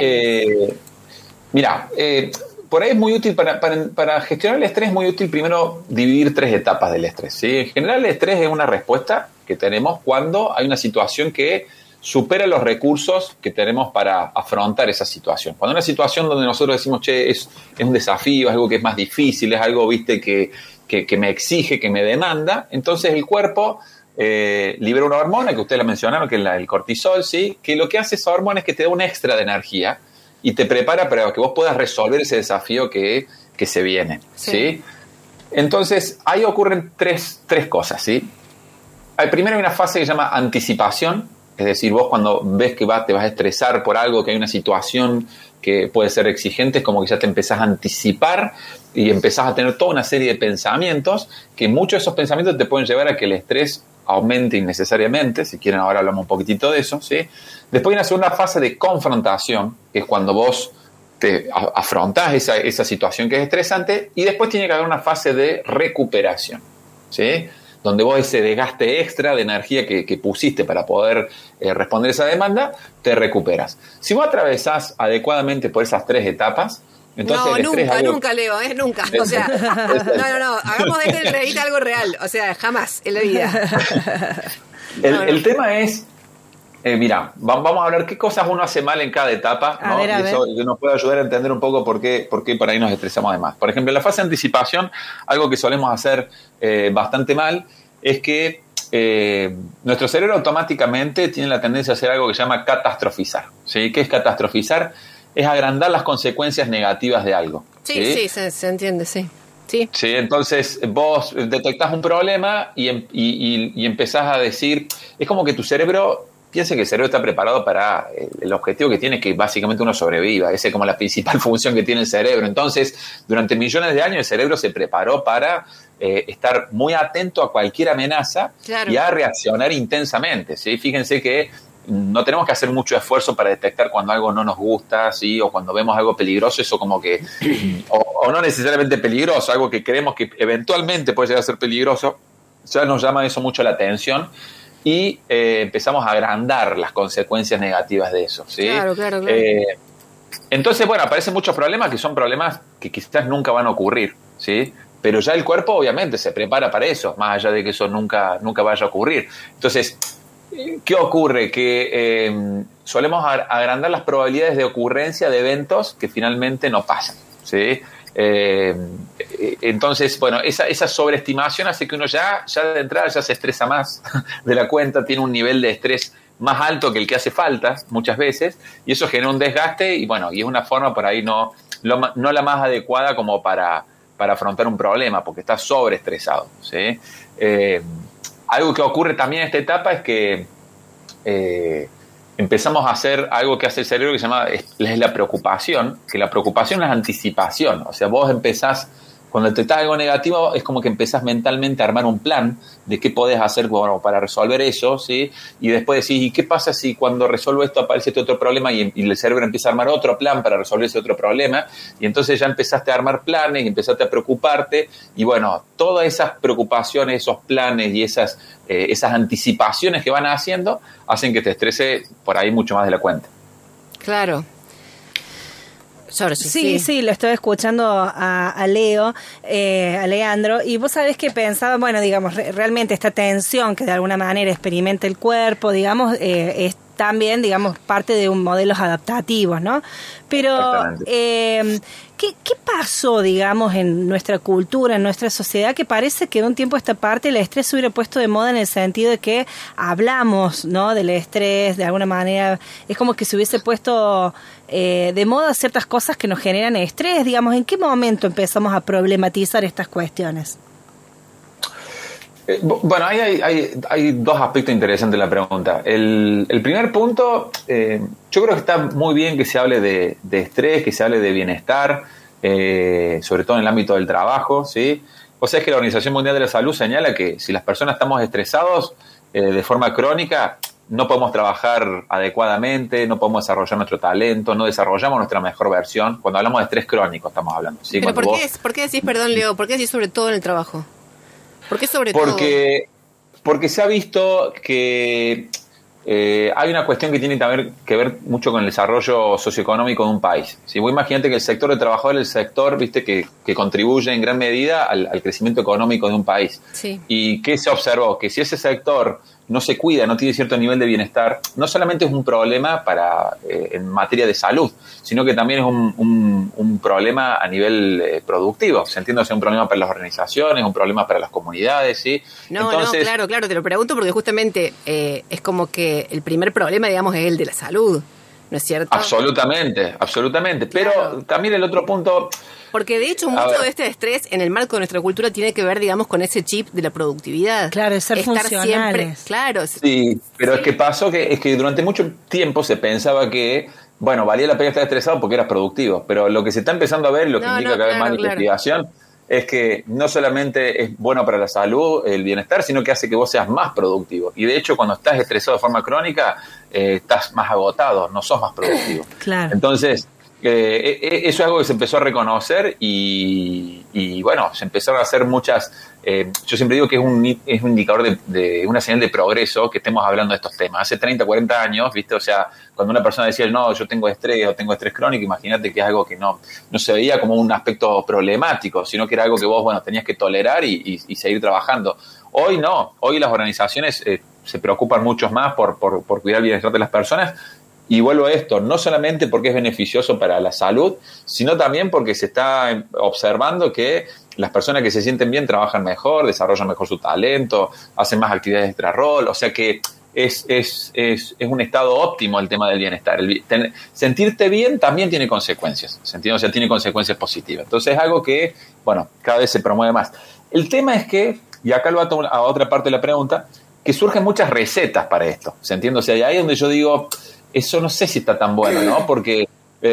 Mira, por ahí es muy útil, para gestionar el estrés es muy útil primero dividir 3 etapas del estrés, ¿sí? En general el estrés es una respuesta que tenemos cuando hay una situación que supera los recursos que tenemos para afrontar esa situación. Cuando hay una situación donde nosotros decimos, che, es un desafío, es algo que es más difícil, es algo, viste, que me exige, que me demanda, entonces el cuerpo libera una hormona que ustedes la mencionaron, que es el cortisol, ¿sí? Que lo que hace esa hormona es que te da un extra de energía y te prepara para que vos puedas resolver ese desafío que se viene, ¿sí? Entonces, ahí ocurren tres cosas, ¿sí? Primero hay una fase que se llama anticipación, Es decir, vos cuando ves que te vas a estresar por algo, que hay una situación que puede ser exigente, es como que ya te empezás a anticipar y empezás a tener toda una serie de pensamientos, que muchos de esos pensamientos te pueden llevar a que el estrés aumente innecesariamente. Si quieren, ahora hablamos un poquitito de eso, ¿sí? Después hay una segunda fase de confrontación, que es cuando vos te afrontás esa situación que es estresante, y después tiene que haber una fase de recuperación, ¿sí? Donde vos ese desgaste extra de energía que pusiste para poder responder esa demanda, te recuperas. Si vos atravesás adecuadamente por esas 3 etapas, entonces no, el estrés nunca, Leo, nunca. O sea, no, hagamos de este entrevista algo real. O sea, jamás en la vida. El tema es, mira, vamos a hablar qué cosas uno hace mal en cada etapa, ¿no? A ver. Y eso nos puede ayudar a entender un poco por qué por ahí nos estresamos de más. Por ejemplo, en la fase de anticipación, algo que solemos hacer bastante mal es que nuestro cerebro automáticamente tiene la tendencia a hacer algo que se llama catastrofizar, ¿sí? ¿Qué es catastrofizar? Es agrandar las consecuencias negativas de algo. Sí, se entiende, sí. Sí. Sí, entonces vos detectás un problema y empezás a decir, es como que tu cerebro, piensa que el cerebro está preparado para el objetivo que tiene, que básicamente uno sobreviva. Esa es como la principal función que tiene el cerebro. Entonces, durante millones de años el cerebro se preparó para estar muy atento a cualquier amenaza, claro, y a reaccionar intensamente, ¿sí? Fíjense que no tenemos que hacer mucho esfuerzo para detectar cuando algo no nos gusta, ¿sí? O cuando vemos algo peligroso, eso como que, o no necesariamente peligroso, algo que creemos que eventualmente puede llegar a ser peligroso, ya nos llama eso mucho la atención y empezamos a agrandar las consecuencias negativas de eso, ¿sí? Claro. Entonces, bueno, aparecen muchos problemas que son problemas que quizás nunca van a ocurrir, ¿sí? Pero ya el cuerpo obviamente se prepara para eso, más allá de que eso nunca vaya a ocurrir. Entonces, ¿qué ocurre? Que solemos agrandar las probabilidades de ocurrencia de eventos que finalmente no pasan, ¿sí? Entonces, bueno, esa sobreestimación hace que uno ya de entrada ya se estresa más de la cuenta, tiene un nivel de estrés más alto que el que hace falta muchas veces, y eso genera un desgaste, y bueno, y es una forma por ahí no la más adecuada como para afrontar un problema, porque está sobreestresado, ¿sí? Algo que ocurre también en esta etapa es que empezamos a hacer algo que hace el cerebro que se llama es la preocupación, que la preocupación es anticipación. O sea, vos empezás, cuando detectás algo negativo, es como que empezás mentalmente a armar un plan de qué podés hacer para resolver eso, ¿sí? Y después decís, ¿y qué pasa si cuando resuelvo esto aparece este otro problema? Y el cerebro empieza a armar otro plan para resolver ese otro problema. Y entonces ya empezaste a armar planes y empezaste a preocuparte. Y bueno, todas esas preocupaciones, esos planes y esas anticipaciones que van haciendo hacen que te estrese por ahí mucho más de la cuenta. Claro. Sí, lo estoy escuchando a Leo, a Leandro, y vos sabés que pensaba, bueno, digamos, realmente esta tensión que de alguna manera experimenta el cuerpo, digamos, es también, digamos, parte de un modelos adaptativos, ¿no? Pero, ¿qué pasó, digamos, en nuestra cultura, en nuestra sociedad, que parece que de un tiempo a esta parte el estrés se hubiera puesto de moda en el sentido de que hablamos, ¿no?, del estrés, de alguna manera, es como que se hubiese puesto de moda ciertas cosas que nos generan estrés, digamos, ¿en qué momento empezamos a problematizar estas cuestiones? Bueno, hay dos aspectos interesantes de la pregunta. El primer punto, yo creo que está muy bien que se hable de estrés, que se hable de bienestar, sobre todo en el ámbito del trabajo, ¿sí? O sea, es que la Organización Mundial de la Salud señala que si las personas estamos estresados de forma crónica, no podemos trabajar adecuadamente, no podemos desarrollar nuestro talento, no desarrollamos nuestra mejor versión. Cuando hablamos de estrés crónico estamos hablando, ¿sí? Pero ¿por qué decís, perdón, Leo, por qué decís sobre todo en el trabajo? ¿Por qué sobre todo? Porque se ha visto que hay una cuestión que tiene que ver mucho con el desarrollo socioeconómico de un país. Si vos imaginate que el sector de trabajadores es el sector, viste, que contribuye en gran medida al crecimiento económico de un país. Sí. ¿Y qué se observó? Que si ese sector no se cuida, no tiene cierto nivel de bienestar, no solamente es un problema en materia de salud, sino que también es un problema a nivel productivo. Se entiende, es un problema para las organizaciones, un problema para las comunidades, ¿sí? Entonces, claro, te lo pregunto porque justamente es como que el primer problema, digamos, es el de la salud. ¿no es cierto? Absolutamente. Pero Claro. también el otro punto... Porque de hecho A mucho ver. de este estrés en el marco de nuestra cultura tiene que ver, digamos, con ese chip de la productividad. Claro, de ser funcionales. Claro. Sí, pero es que pasó es que durante mucho tiempo se pensaba que, bueno, valía la pena estar estresado porque eras productivo, pero lo que se está empezando a ver, y lo que No, indica cada vez más la claro. investigación, es que no solamente es bueno para la salud, el bienestar, sino que hace que vos seas más productivo. Y de hecho, cuando estás estresado de forma crónica, estás más agotado, no sos más productivo. Claro. Entonces, eso es algo que se empezó a reconocer y bueno, se empezaron a hacer muchas... yo siempre digo que es un indicador de una señal de progreso que estemos hablando de estos temas. Hace 30, 40 años, ¿viste? O sea, cuando una persona decía, no, yo tengo estrés o tengo estrés crónico, imagínate que es algo que no se veía como un aspecto problemático, sino que era algo que vos, bueno, tenías que tolerar y seguir trabajando. Hoy no, hoy las organizaciones se preocupan mucho más por cuidar el bienestar de las personas. Y vuelvo a esto, no solamente porque es beneficioso para la salud, sino también porque se está observando que las personas que se sienten bien trabajan mejor, desarrollan mejor su talento, hacen más actividades extra rol, o sea que es un estado óptimo el tema del bienestar. Sentirte bien también tiene consecuencias, ¿entiendes? O sea, tiene consecuencias positivas. Entonces es algo que, bueno, cada vez se promueve más. El tema es que, y acá lo ato a otra parte de la pregunta, que surgen muchas recetas para esto, ¿se entiende? O sea, y ahí es donde yo digo... Eso no sé si está tan bueno, ¿no? Porque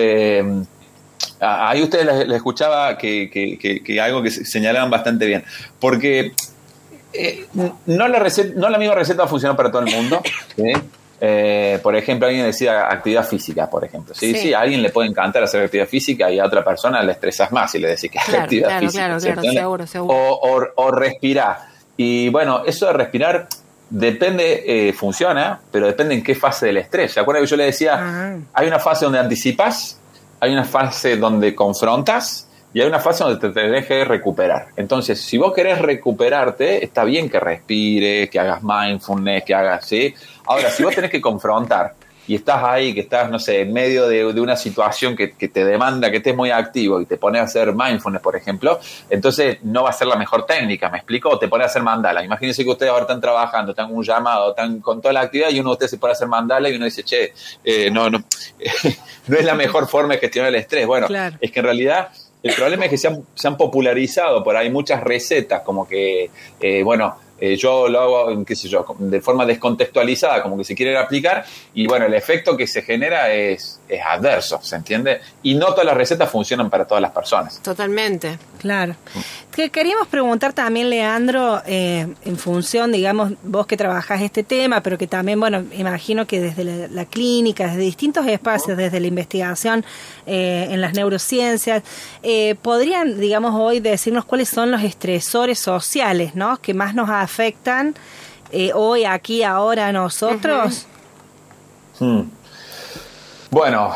ahí ustedes les escuchaba que algo que señalaban bastante bien. Porque no la misma receta va a funcionar para todo el mundo. ¿Sí? Por ejemplo, alguien decía actividad física, por ejemplo. Sí, a alguien le puede encantar hacer actividad física y a otra persona le estresas más si le decís que hace actividad física. Claro, seguro. O respirar. Y bueno, eso de respirar... Depende, funciona, pero depende en qué fase del estrés. ¿Se acuerdan que yo le decía? Hay una fase donde anticipas, hay una fase donde confrontas y hay una fase donde te tenés que recuperar. Entonces, si vos querés recuperarte, está bien que respires, que hagas mindfulness, que hagas, ¿sí? Ahora, si vos tenés que confrontar y estás ahí, que estás, no sé, en medio de una situación que te demanda que estés muy activo y te pones a hacer mindfulness, por ejemplo, entonces no va a ser la mejor técnica, ¿me explico? O te pones a hacer mandala. Imagínense que ustedes ahora están trabajando, están en un llamado, están con toda la actividad y uno de ustedes se pone a hacer mandala y uno dice, che, no es la mejor forma de gestionar el estrés. Bueno, claro. Es que en realidad... El problema es que se han popularizado por ahí muchas recetas, como que, yo lo hago, qué sé yo, de forma descontextualizada, como que se quiere aplicar, y bueno, el efecto que se genera es adverso, ¿se entiende? Y no todas las recetas funcionan para todas las personas. Totalmente. Claro. Queríamos preguntar también, Leandro, en función, digamos, vos que trabajás este tema, pero que también, bueno, imagino que desde la clínica, desde distintos espacios, desde la investigación en las neurociencias, podrían, digamos, hoy decirnos cuáles son los estresores sociales, ¿no?, que más nos afectan hoy, aquí, ahora a nosotros. Bueno,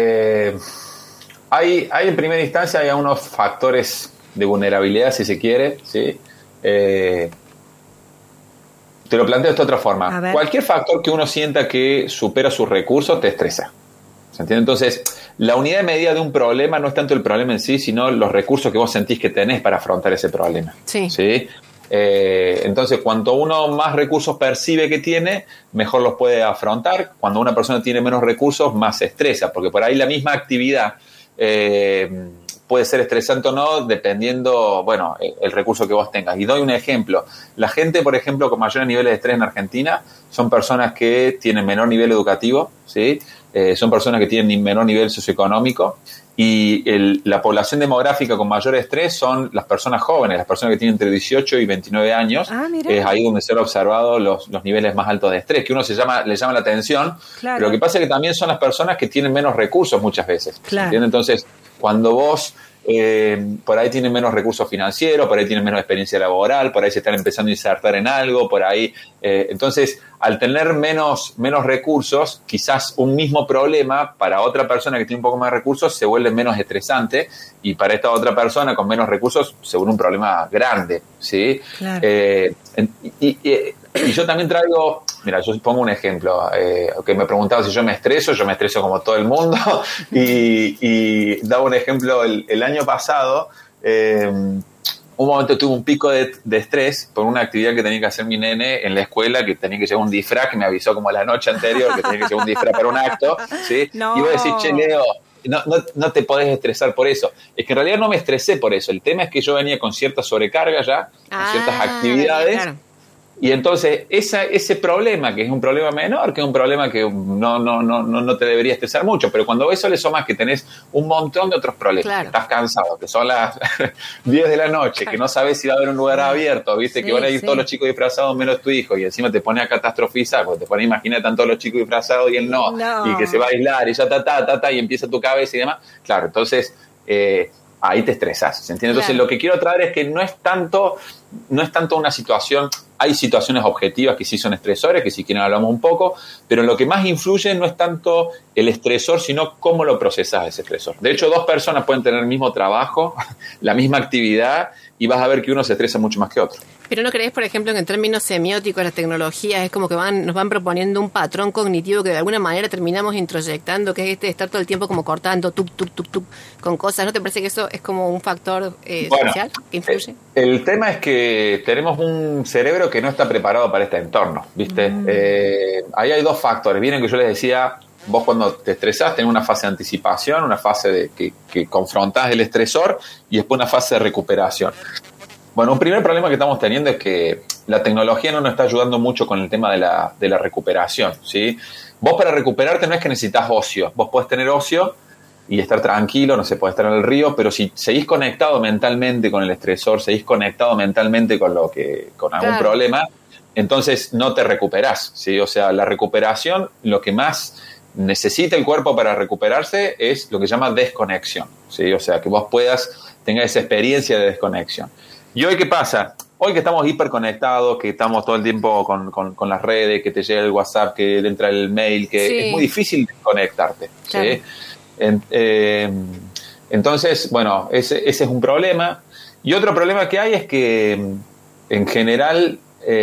hay en primera instancia hay unos factores de vulnerabilidad, si se quiere, ¿sí? Te lo planteo de esta otra forma. Cualquier factor que uno sienta que supera sus recursos te estresa. ¿Se entiende? Entonces, la unidad de medida de un problema no es tanto el problema en sí, sino los recursos que vos sentís que tenés para afrontar ese problema. Sí. ¿Sí? Entonces, cuanto uno más recursos percibe que tiene, mejor los puede afrontar. Cuando una persona tiene menos recursos, más se estresa, porque por ahí la misma actividad puede ser estresante o no, dependiendo, bueno, el recurso que vos tengas. Y doy un ejemplo. La gente, por ejemplo, con mayores niveles de estrés en Argentina son personas que tienen menor nivel educativo, ¿sí? Son personas que tienen menor nivel socioeconómico, y la población demográfica con mayor estrés son las personas jóvenes, las personas que tienen entre 18 y 29 años. Es ahí donde se han observado los niveles más altos de estrés, que uno le llama la atención. Claro. Pero lo que pasa es que también son las personas que tienen menos recursos muchas veces. Claro. ¿Entiendes? Entonces, cuando vos por ahí tienen menos recursos financieros, por ahí tienen menos experiencia laboral, por ahí se están empezando a insertar en algo, por ahí... entonces, al tener menos recursos, quizás un mismo problema para otra persona que tiene un poco más de recursos se vuelve menos estresante, y para esta otra persona con menos recursos se vuelve un problema grande, ¿sí? Claro. Y yo también traigo... Mira, yo pongo un ejemplo, que me preguntaba si yo me estreso como todo el mundo, y daba un ejemplo el año pasado. un momento tuve un pico de estrés por una actividad que tenía que hacer mi nene en la escuela, que tenía que llevar un disfraz, que me avisó como la noche anterior que tenía que llevar un disfraz para un acto, ¿sí? No. Y vos decís, che, Leo, no te podés estresar por eso. Es que en realidad no me estresé por eso. El tema es que yo venía con cierta sobrecarga ya, con ciertas actividades. Claro. Y entonces ese problema, que es un problema menor, que es un problema que no te debería estresar mucho, pero cuando eso le sumas que tenés un montón de otros problemas, Claro. que estás cansado, que son las 10 de la noche, que no sabes si va a haber un lugar abierto, viste, que van a ir todos los chicos disfrazados menos tu hijo, y encima te pone a catastrofizar, porque te pone a imaginar tanto los chicos disfrazados y él no, y que se va a aislar, y ya y empieza tu cabeza y demás. Claro, entonces ahí te estresás, ¿se entiende? Entonces lo que quiero traer es que no es tanto una situación. Hay situaciones objetivas que sí son estresores, que si quieren hablamos un poco, pero lo que más influye no es tanto el estresor, sino cómo lo procesas ese estresor. De hecho, 2 personas pueden tener el mismo trabajo, la misma actividad, y vas a ver que uno se estresa mucho más que otro. Pero ¿no crees, por ejemplo, que en términos semióticos las tecnologías es como que nos van proponiendo un patrón cognitivo que de alguna manera terminamos introyectando, que es de estar todo el tiempo como cortando, tuc, con cosas? ¿No te parece que eso es como un factor social que influye? El tema es que tenemos un cerebro que no está preparado para este entorno, ¿viste? Ahí hay 2 factores. Vienen que yo les decía, vos cuando te estresás tenés una fase de anticipación, una fase de que confrontás el estresor y después una fase de recuperación. Bueno, un primer problema que estamos teniendo es que la tecnología no nos está ayudando mucho con el tema de la recuperación, ¿sí? Vos para recuperarte no es que necesitas ocio. Vos podés tener ocio y estar tranquilo, no sé, podés estar en el río, pero si seguís conectado mentalmente con el estresor, seguís conectado mentalmente con algún problema, entonces no te recuperás, ¿sí? O sea, la recuperación, lo que más necesita el cuerpo para recuperarse es lo que se llama desconexión, ¿sí? O sea, que vos tengas esa experiencia de desconexión. ¿Y hoy qué pasa? Hoy que estamos hiperconectados, que estamos todo el tiempo con las redes, que te llega el WhatsApp, que te entra el mail, que es muy difícil desconectarte, claro. ¿sí? Entonces, bueno, ese es un problema. Y otro problema que hay es que, en general,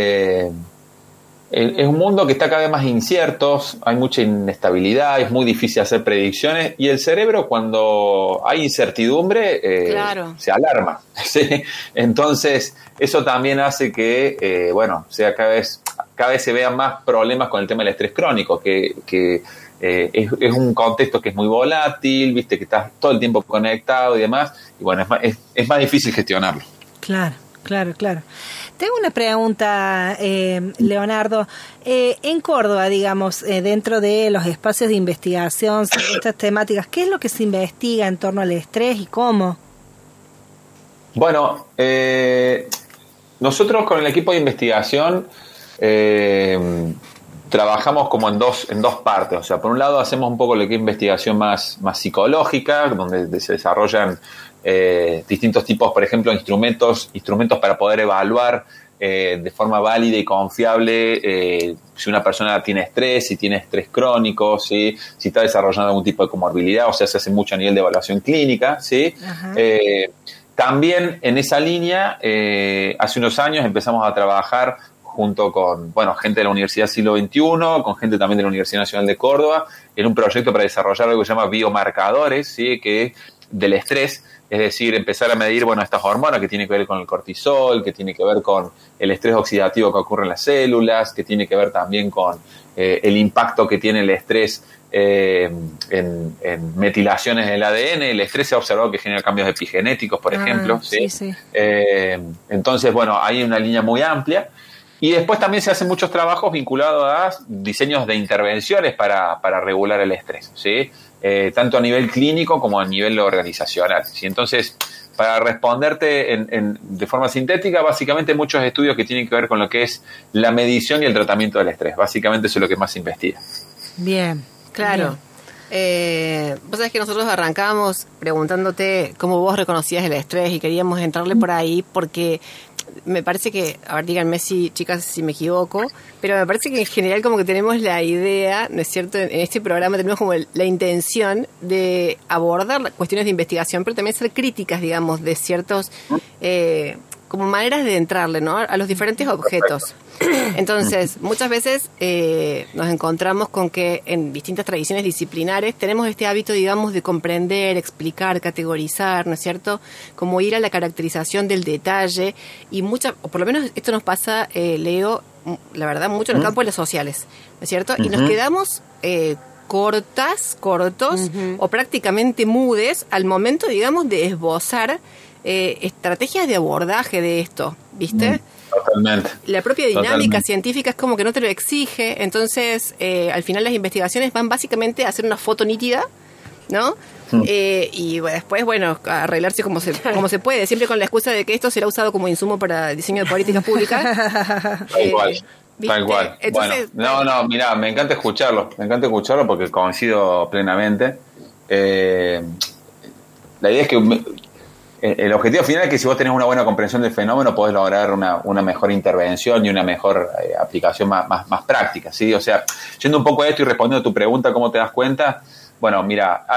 es un mundo que está cada vez más incierto, hay mucha inestabilidad, es muy difícil hacer predicciones, y el cerebro, cuando hay incertidumbre, se alarma, ¿sí? Entonces eso también hace que sea cada vez se vean más problemas con el tema del estrés crónico, que es un contexto que es muy volátil, viste, que estás todo el tiempo conectado y demás, y bueno, es más difícil gestionarlo. Claro. Tengo una pregunta, Leonardo. En Córdoba, digamos, dentro de los espacios de investigación sobre estas temáticas, ¿qué es lo que se investiga en torno al estrés y cómo? Bueno, nosotros con el equipo de investigación trabajamos como en dos partes. O sea, por un lado hacemos un poco lo que es investigación más psicológica, donde se desarrollan distintos tipos, por ejemplo, instrumentos para poder evaluar de forma válida y confiable si una persona tiene estrés, si tiene estrés crónico, si está desarrollando algún tipo de comorbilidad, o sea, se hace mucho a nivel de evaluación clínica, ¿sí? También en esa línea, hace unos años empezamos a trabajar junto con gente de la Universidad Siglo XXI, con gente también de la Universidad Nacional de Córdoba, en un proyecto para desarrollar algo que se llama biomarcadores, ¿sí? Que es del estrés. Es decir, empezar a medir, estas hormonas que tienen que ver con el cortisol, que tiene que ver con el estrés oxidativo que ocurre en las células, que tiene que ver también con el impacto que tiene el estrés en metilaciones del ADN. El estrés se ha observado que genera cambios epigenéticos, por ejemplo. ¿Sí? Entonces, hay una línea muy amplia. Y después también se hacen muchos trabajos vinculados a diseños de intervenciones para regular el estrés, ¿sí? Tanto a nivel clínico como a nivel organizacional, ¿sí? Entonces, para responderte de forma sintética, básicamente muchos estudios que tienen que ver con lo que es la medición y el tratamiento del estrés. Básicamente eso es lo que más se investiga. Bien, claro. Vos sabés que nosotros arrancábamos preguntándote cómo vos reconocías el estrés y queríamos entrarle por ahí porque me parece que, a ver, díganme chicas, si me equivoco, pero me parece que en general como que tenemos la idea, ¿no es cierto? En este programa tenemos como la intención de abordar cuestiones de investigación, pero también ser críticas, digamos, de ciertos como maneras de entrarle, ¿no? A los diferentes objetos. Entonces, muchas veces nos encontramos con que en distintas tradiciones disciplinares tenemos este hábito, digamos, de comprender, explicar, categorizar, ¿no es cierto? Como ir a la caracterización del detalle y o por lo menos esto nos pasa, Leo, la verdad, mucho en el campo de las sociales, ¿no es cierto? Y nos quedamos cortos o prácticamente mudes al momento, digamos, de esbozar estrategias de abordaje de esto, ¿viste? Totalmente. La propia dinámica Totalmente. científica es como que no te lo exige, entonces al final las investigaciones van básicamente a hacer una foto nítida, ¿no? Y después, bueno, arreglarse como se puede, siempre con la excusa de que esto será usado como insumo para el diseño de políticas públicas. Tal cual. ¿viste? Tal cual. Entonces, bueno, mirá, me encanta escucharlo porque coincido plenamente. La idea es que el objetivo final es que si vos tenés una buena comprensión del fenómeno podés lograr una mejor intervención y una mejor aplicación más práctica, ¿sí? O sea, yendo un poco a esto y respondiendo a tu pregunta, ¿cómo te das cuenta? Bueno, mira,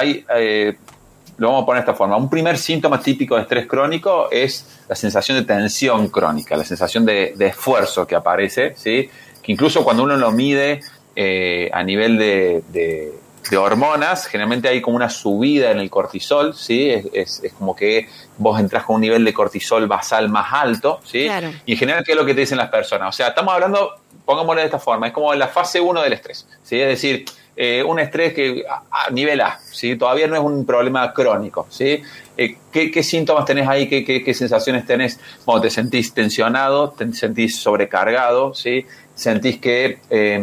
lo vamos a poner de esta forma. Un primer síntoma típico de estrés crónico es la sensación de tensión crónica, la sensación de esfuerzo que aparece, ¿sí? Que incluso cuando uno lo mide a nivel de hormonas, generalmente hay como una subida en el cortisol, ¿sí? Es como que vos entrás con un nivel de cortisol basal más alto, ¿sí? Claro. Y en general, ¿qué es lo que te dicen las personas? O sea, estamos hablando, pongámoslo de esta forma, es como la fase 1 del estrés, ¿sí? Es decir, un estrés que a nivel A, ¿sí? Todavía no es un problema crónico, ¿sí? ¿Qué síntomas tenés ahí? ¿Qué sensaciones tenés? Bueno, te sentís tensionado, te sentís sobrecargado, ¿sí? Sentís que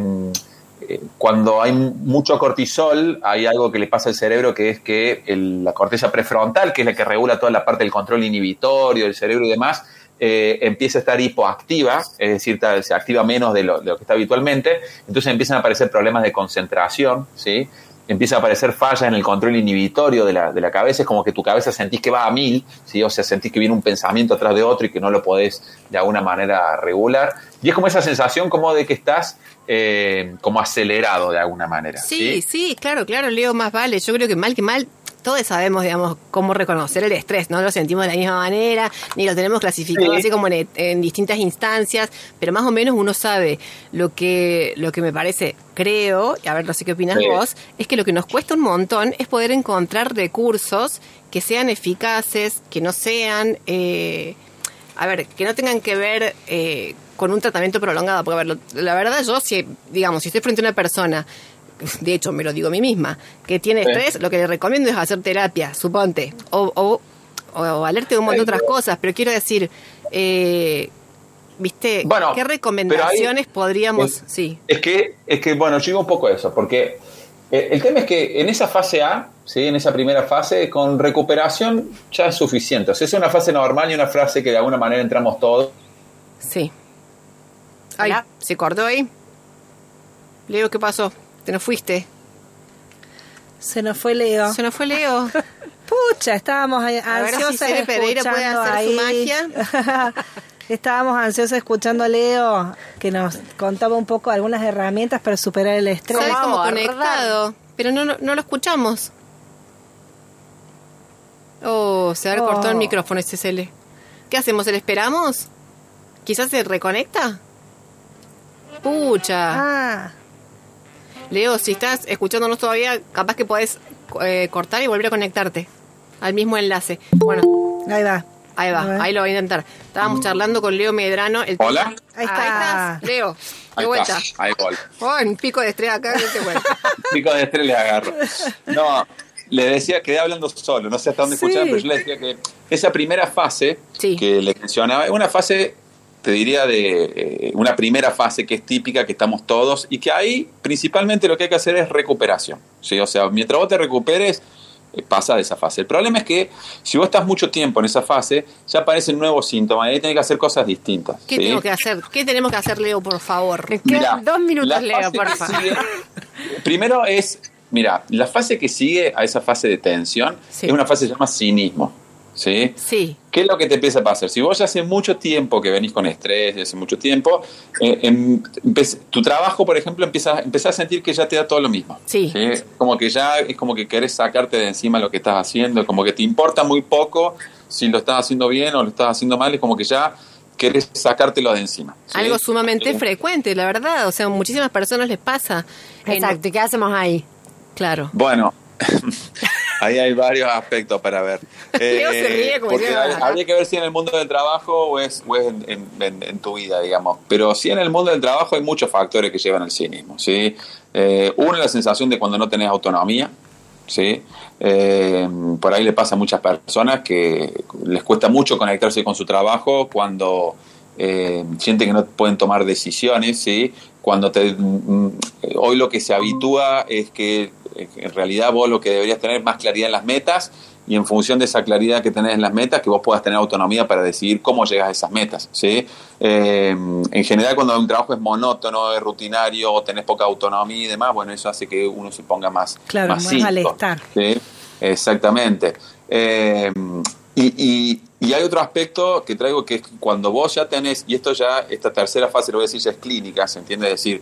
cuando hay mucho cortisol hay algo que le pasa al cerebro, que es que la corteza prefrontal, que es la que regula toda la parte del control inhibitorio del cerebro y demás, empieza a estar hipoactiva, es decir, se activa menos de lo que está habitualmente, entonces empiezan a aparecer problemas de concentración, ¿sí? Empieza a aparecer fallas en el control inhibitorio de la cabeza, es como que tu cabeza sentís que va a 1000, ¿sí? O sea, sentís que viene un pensamiento atrás de otro y que no lo podés de alguna manera regular, y es como esa sensación como de que estás como acelerado de alguna manera. Sí, claro, Leo, más vale. Yo creo que mal, todos sabemos, digamos, cómo reconocer el estrés, no lo sentimos de la misma manera, ni lo tenemos clasificado así como en distintas instancias, pero más o menos uno sabe lo que me parece, creo, y a ver, no sé qué opinas vos, es que lo que nos cuesta un montón es poder encontrar recursos que sean eficaces, que no sean, que no tengan que ver con un tratamiento prolongado, porque a ver, la verdad yo, si estoy frente a una persona, de hecho me lo digo a mí misma, que tiene estrés, lo que le recomiendo es hacer terapia, suponte, o valerte de un montón de otras cosas, pero quiero decir, ¿viste? Bueno, ¿qué recomendaciones podríamos...? Sí. Es que, bueno, yo digo un poco eso, porque el tema es que en esa fase A, ¿sí? En esa primera fase, con recuperación ya es suficiente. O sea, es una fase normal y una fase que de alguna manera entramos todos. Sí. Ay, ¿se cortó ahí? Leo, ¿qué pasó? ¿Te nos fuiste? Se nos fue Leo. Pucha, estábamos ansiosos. A ver si Cere Pereira puede hacer su magia. Estábamos ansiosos escuchando a Leo, que nos contaba un poco algunas herramientas para superar el estrés. Sale como conectado, pero no lo escuchamos. Se ha cortado el micrófono este Cele. ¿Qué hacemos? ¿Le esperamos? ¿Quizás se reconecta? Pucha. Leo, si estás escuchándonos todavía, capaz que podés cortar y volver a conectarte al mismo enlace. Bueno. Ahí va, ahí lo voy a intentar. Estábamos charlando con Leo Medrano. Hola. Ahí estás, Leo. De vuelta. Ahí voy. Un pico de estrés acá. Pico de estrés le agarro. No, le decía, quedé hablando solo, no sé hasta dónde escuchaban, pero yo le decía que esa primera fase que le mencionaba es una fase, te diría, de una primera fase que es típica, que estamos todos, y que ahí principalmente lo que hay que hacer es recuperación, ¿sí? O sea, mientras vos te recuperes, pasa de esa fase. El problema es que si vos estás mucho tiempo en esa fase, ya aparecen nuevos síntomas, y ahí tenés que hacer cosas distintas. ¿Qué tengo que hacer? ¿Qué tenemos que hacer, Leo, por favor? Mirá, 2 minutos, Leo, por favor. Primero es, la fase que sigue a esa fase de tensión es una fase que se llama cinismo. ¿sí? Sí. ¿Qué es lo que te empieza a pasar? Si vos ya hace mucho tiempo que venís con estrés, hace mucho tiempo, tu trabajo, por ejemplo, empezás a sentir que ya te da todo lo mismo. Sí. Como que ya es como que querés sacarte de encima lo que estás haciendo, como que te importa muy poco si lo estás haciendo bien o lo estás haciendo mal, es como que ya querés sacártelo de encima. ¿Sí? Algo sumamente frecuente, la verdad. O sea, a muchísimas personas les pasa. Exacto, ¿y qué hacemos ahí? Claro. Bueno, ahí hay varios aspectos para ver. Leo se ríe como porque diciendo, habría que ver si en el mundo del trabajo o es en tu vida, digamos. Pero sí en el mundo del trabajo hay muchos factores que llevan al cinismo, ¿sí? Uno es la sensación de cuando no tenés autonomía, ¿sí? Por ahí le pasa a muchas personas que les cuesta mucho conectarse con su trabajo cuando sienten que no pueden tomar decisiones, ¿sí? Cuando hoy lo que se habitúa es que en realidad vos lo que deberías tener es más claridad en las metas, y en función de esa claridad que tenés en las metas, que vos puedas tener autonomía para decidir cómo llegas a esas metas, ¿sí? En general, cuando un trabajo es monótono, es rutinario, o tenés poca autonomía y demás, bueno, eso hace que uno se ponga más más cínico, malestar. ¿sí? Exactamente. Y hay otro aspecto que traigo, que es cuando vos ya tenés, y esta tercera fase, lo voy a decir, ya es clínica, ¿se entiende? Es decir,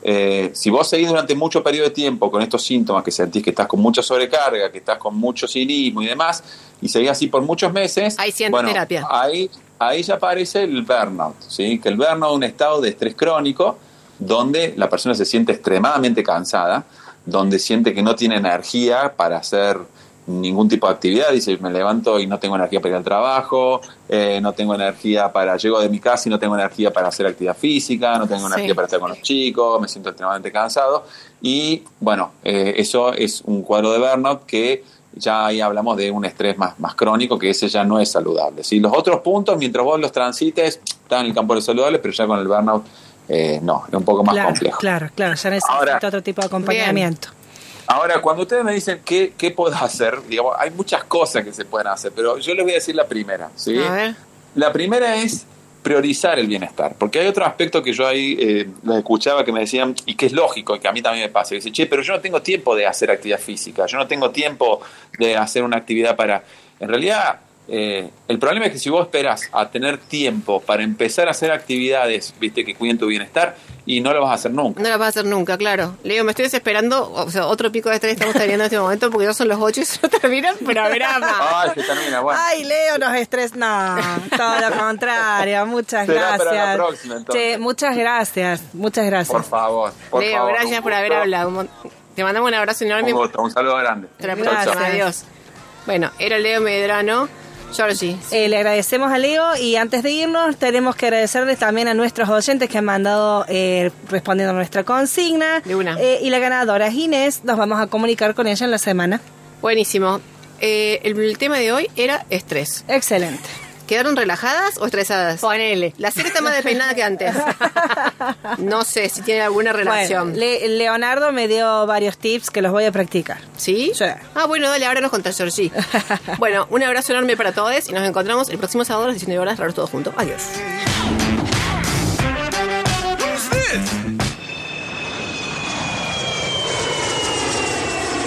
si vos seguís durante mucho periodo de tiempo con estos síntomas, que sentís que estás con mucha sobrecarga, que estás con mucho cinismo y demás, y seguís así por muchos meses, ahí sí entra terapia. Ahí ya aparece el burnout, ¿sí? Que el burnout es un estado de estrés crónico donde la persona se siente extremadamente cansada, donde siente que no tiene energía para hacer ningún tipo de actividad. Dice, me levanto y no tengo energía para ir al trabajo, no tengo energía llego de mi casa y no tengo energía para hacer actividad física, no tengo energía para estar con los chicos, me siento extremadamente cansado. Y bueno, eso es un cuadro de burnout que ya ahí hablamos de un estrés más crónico, que ese ya no es saludable, ¿sí? Los otros puntos, mientras vos los transites, están en el campo de lo saludable, pero ya con el burnout no, es un poco más complejo. Claro, ya necesita otro tipo de acompañamiento. Bien. Ahora, cuando ustedes me dicen qué puedo hacer, digamos, hay muchas cosas que se pueden hacer, pero yo les voy a decir la primera, ¿sí? A ver. La primera es priorizar el bienestar, porque hay otro aspecto que yo ahí les escuchaba que me decían, y que es lógico, y que a mí también me pasa, que dice, che, pero yo no tengo tiempo de hacer actividad física, yo no tengo tiempo de hacer una actividad para... En realidad, el problema es que si vos esperás a tener tiempo para empezar a hacer actividades, viste, que cuiden tu bienestar, y no lo vas a hacer nunca. No lo vas a hacer nunca, claro. Leo, me estoy desesperando, o sea, otro pico de estrés estamos teniendo en este momento, porque ya son los 8 y se terminan, pero brava. Ay, se termina, bueno. Ay, Leo nos estresa. No, todo lo contrario. Muchas Será gracias. para la próxima, entonces. Che, muchas gracias. Por favor. Leo, gracias por haber hablado. Te mandamos un abrazo enorme. Un saludo grande. Hasta la próxima. Gracias. Adiós. Bueno, era Leo Medrano. Georgie. Le agradecemos a Leo, y antes de irnos tenemos que agradecerles también a nuestros oyentes que han mandado respondiendo a nuestra consigna. De una. Y la ganadora es Inés. Nos vamos a comunicar con ella en la semana. Buenísimo. El tema de hoy era estrés. Excelente. ¿Quedaron relajadas o estresadas? Ponele. La serie está más despeinada que antes. No sé si tiene alguna relación. Bueno, Leonardo me dio varios tips que los voy a practicar. ¿Sí? Sí. Ah, bueno, dale, ahora nos contás, Georgie. Bueno, un abrazo enorme para todos y nos encontramos el próximo sábado a las 19 horas, raros todos juntos. Adiós. Who's this?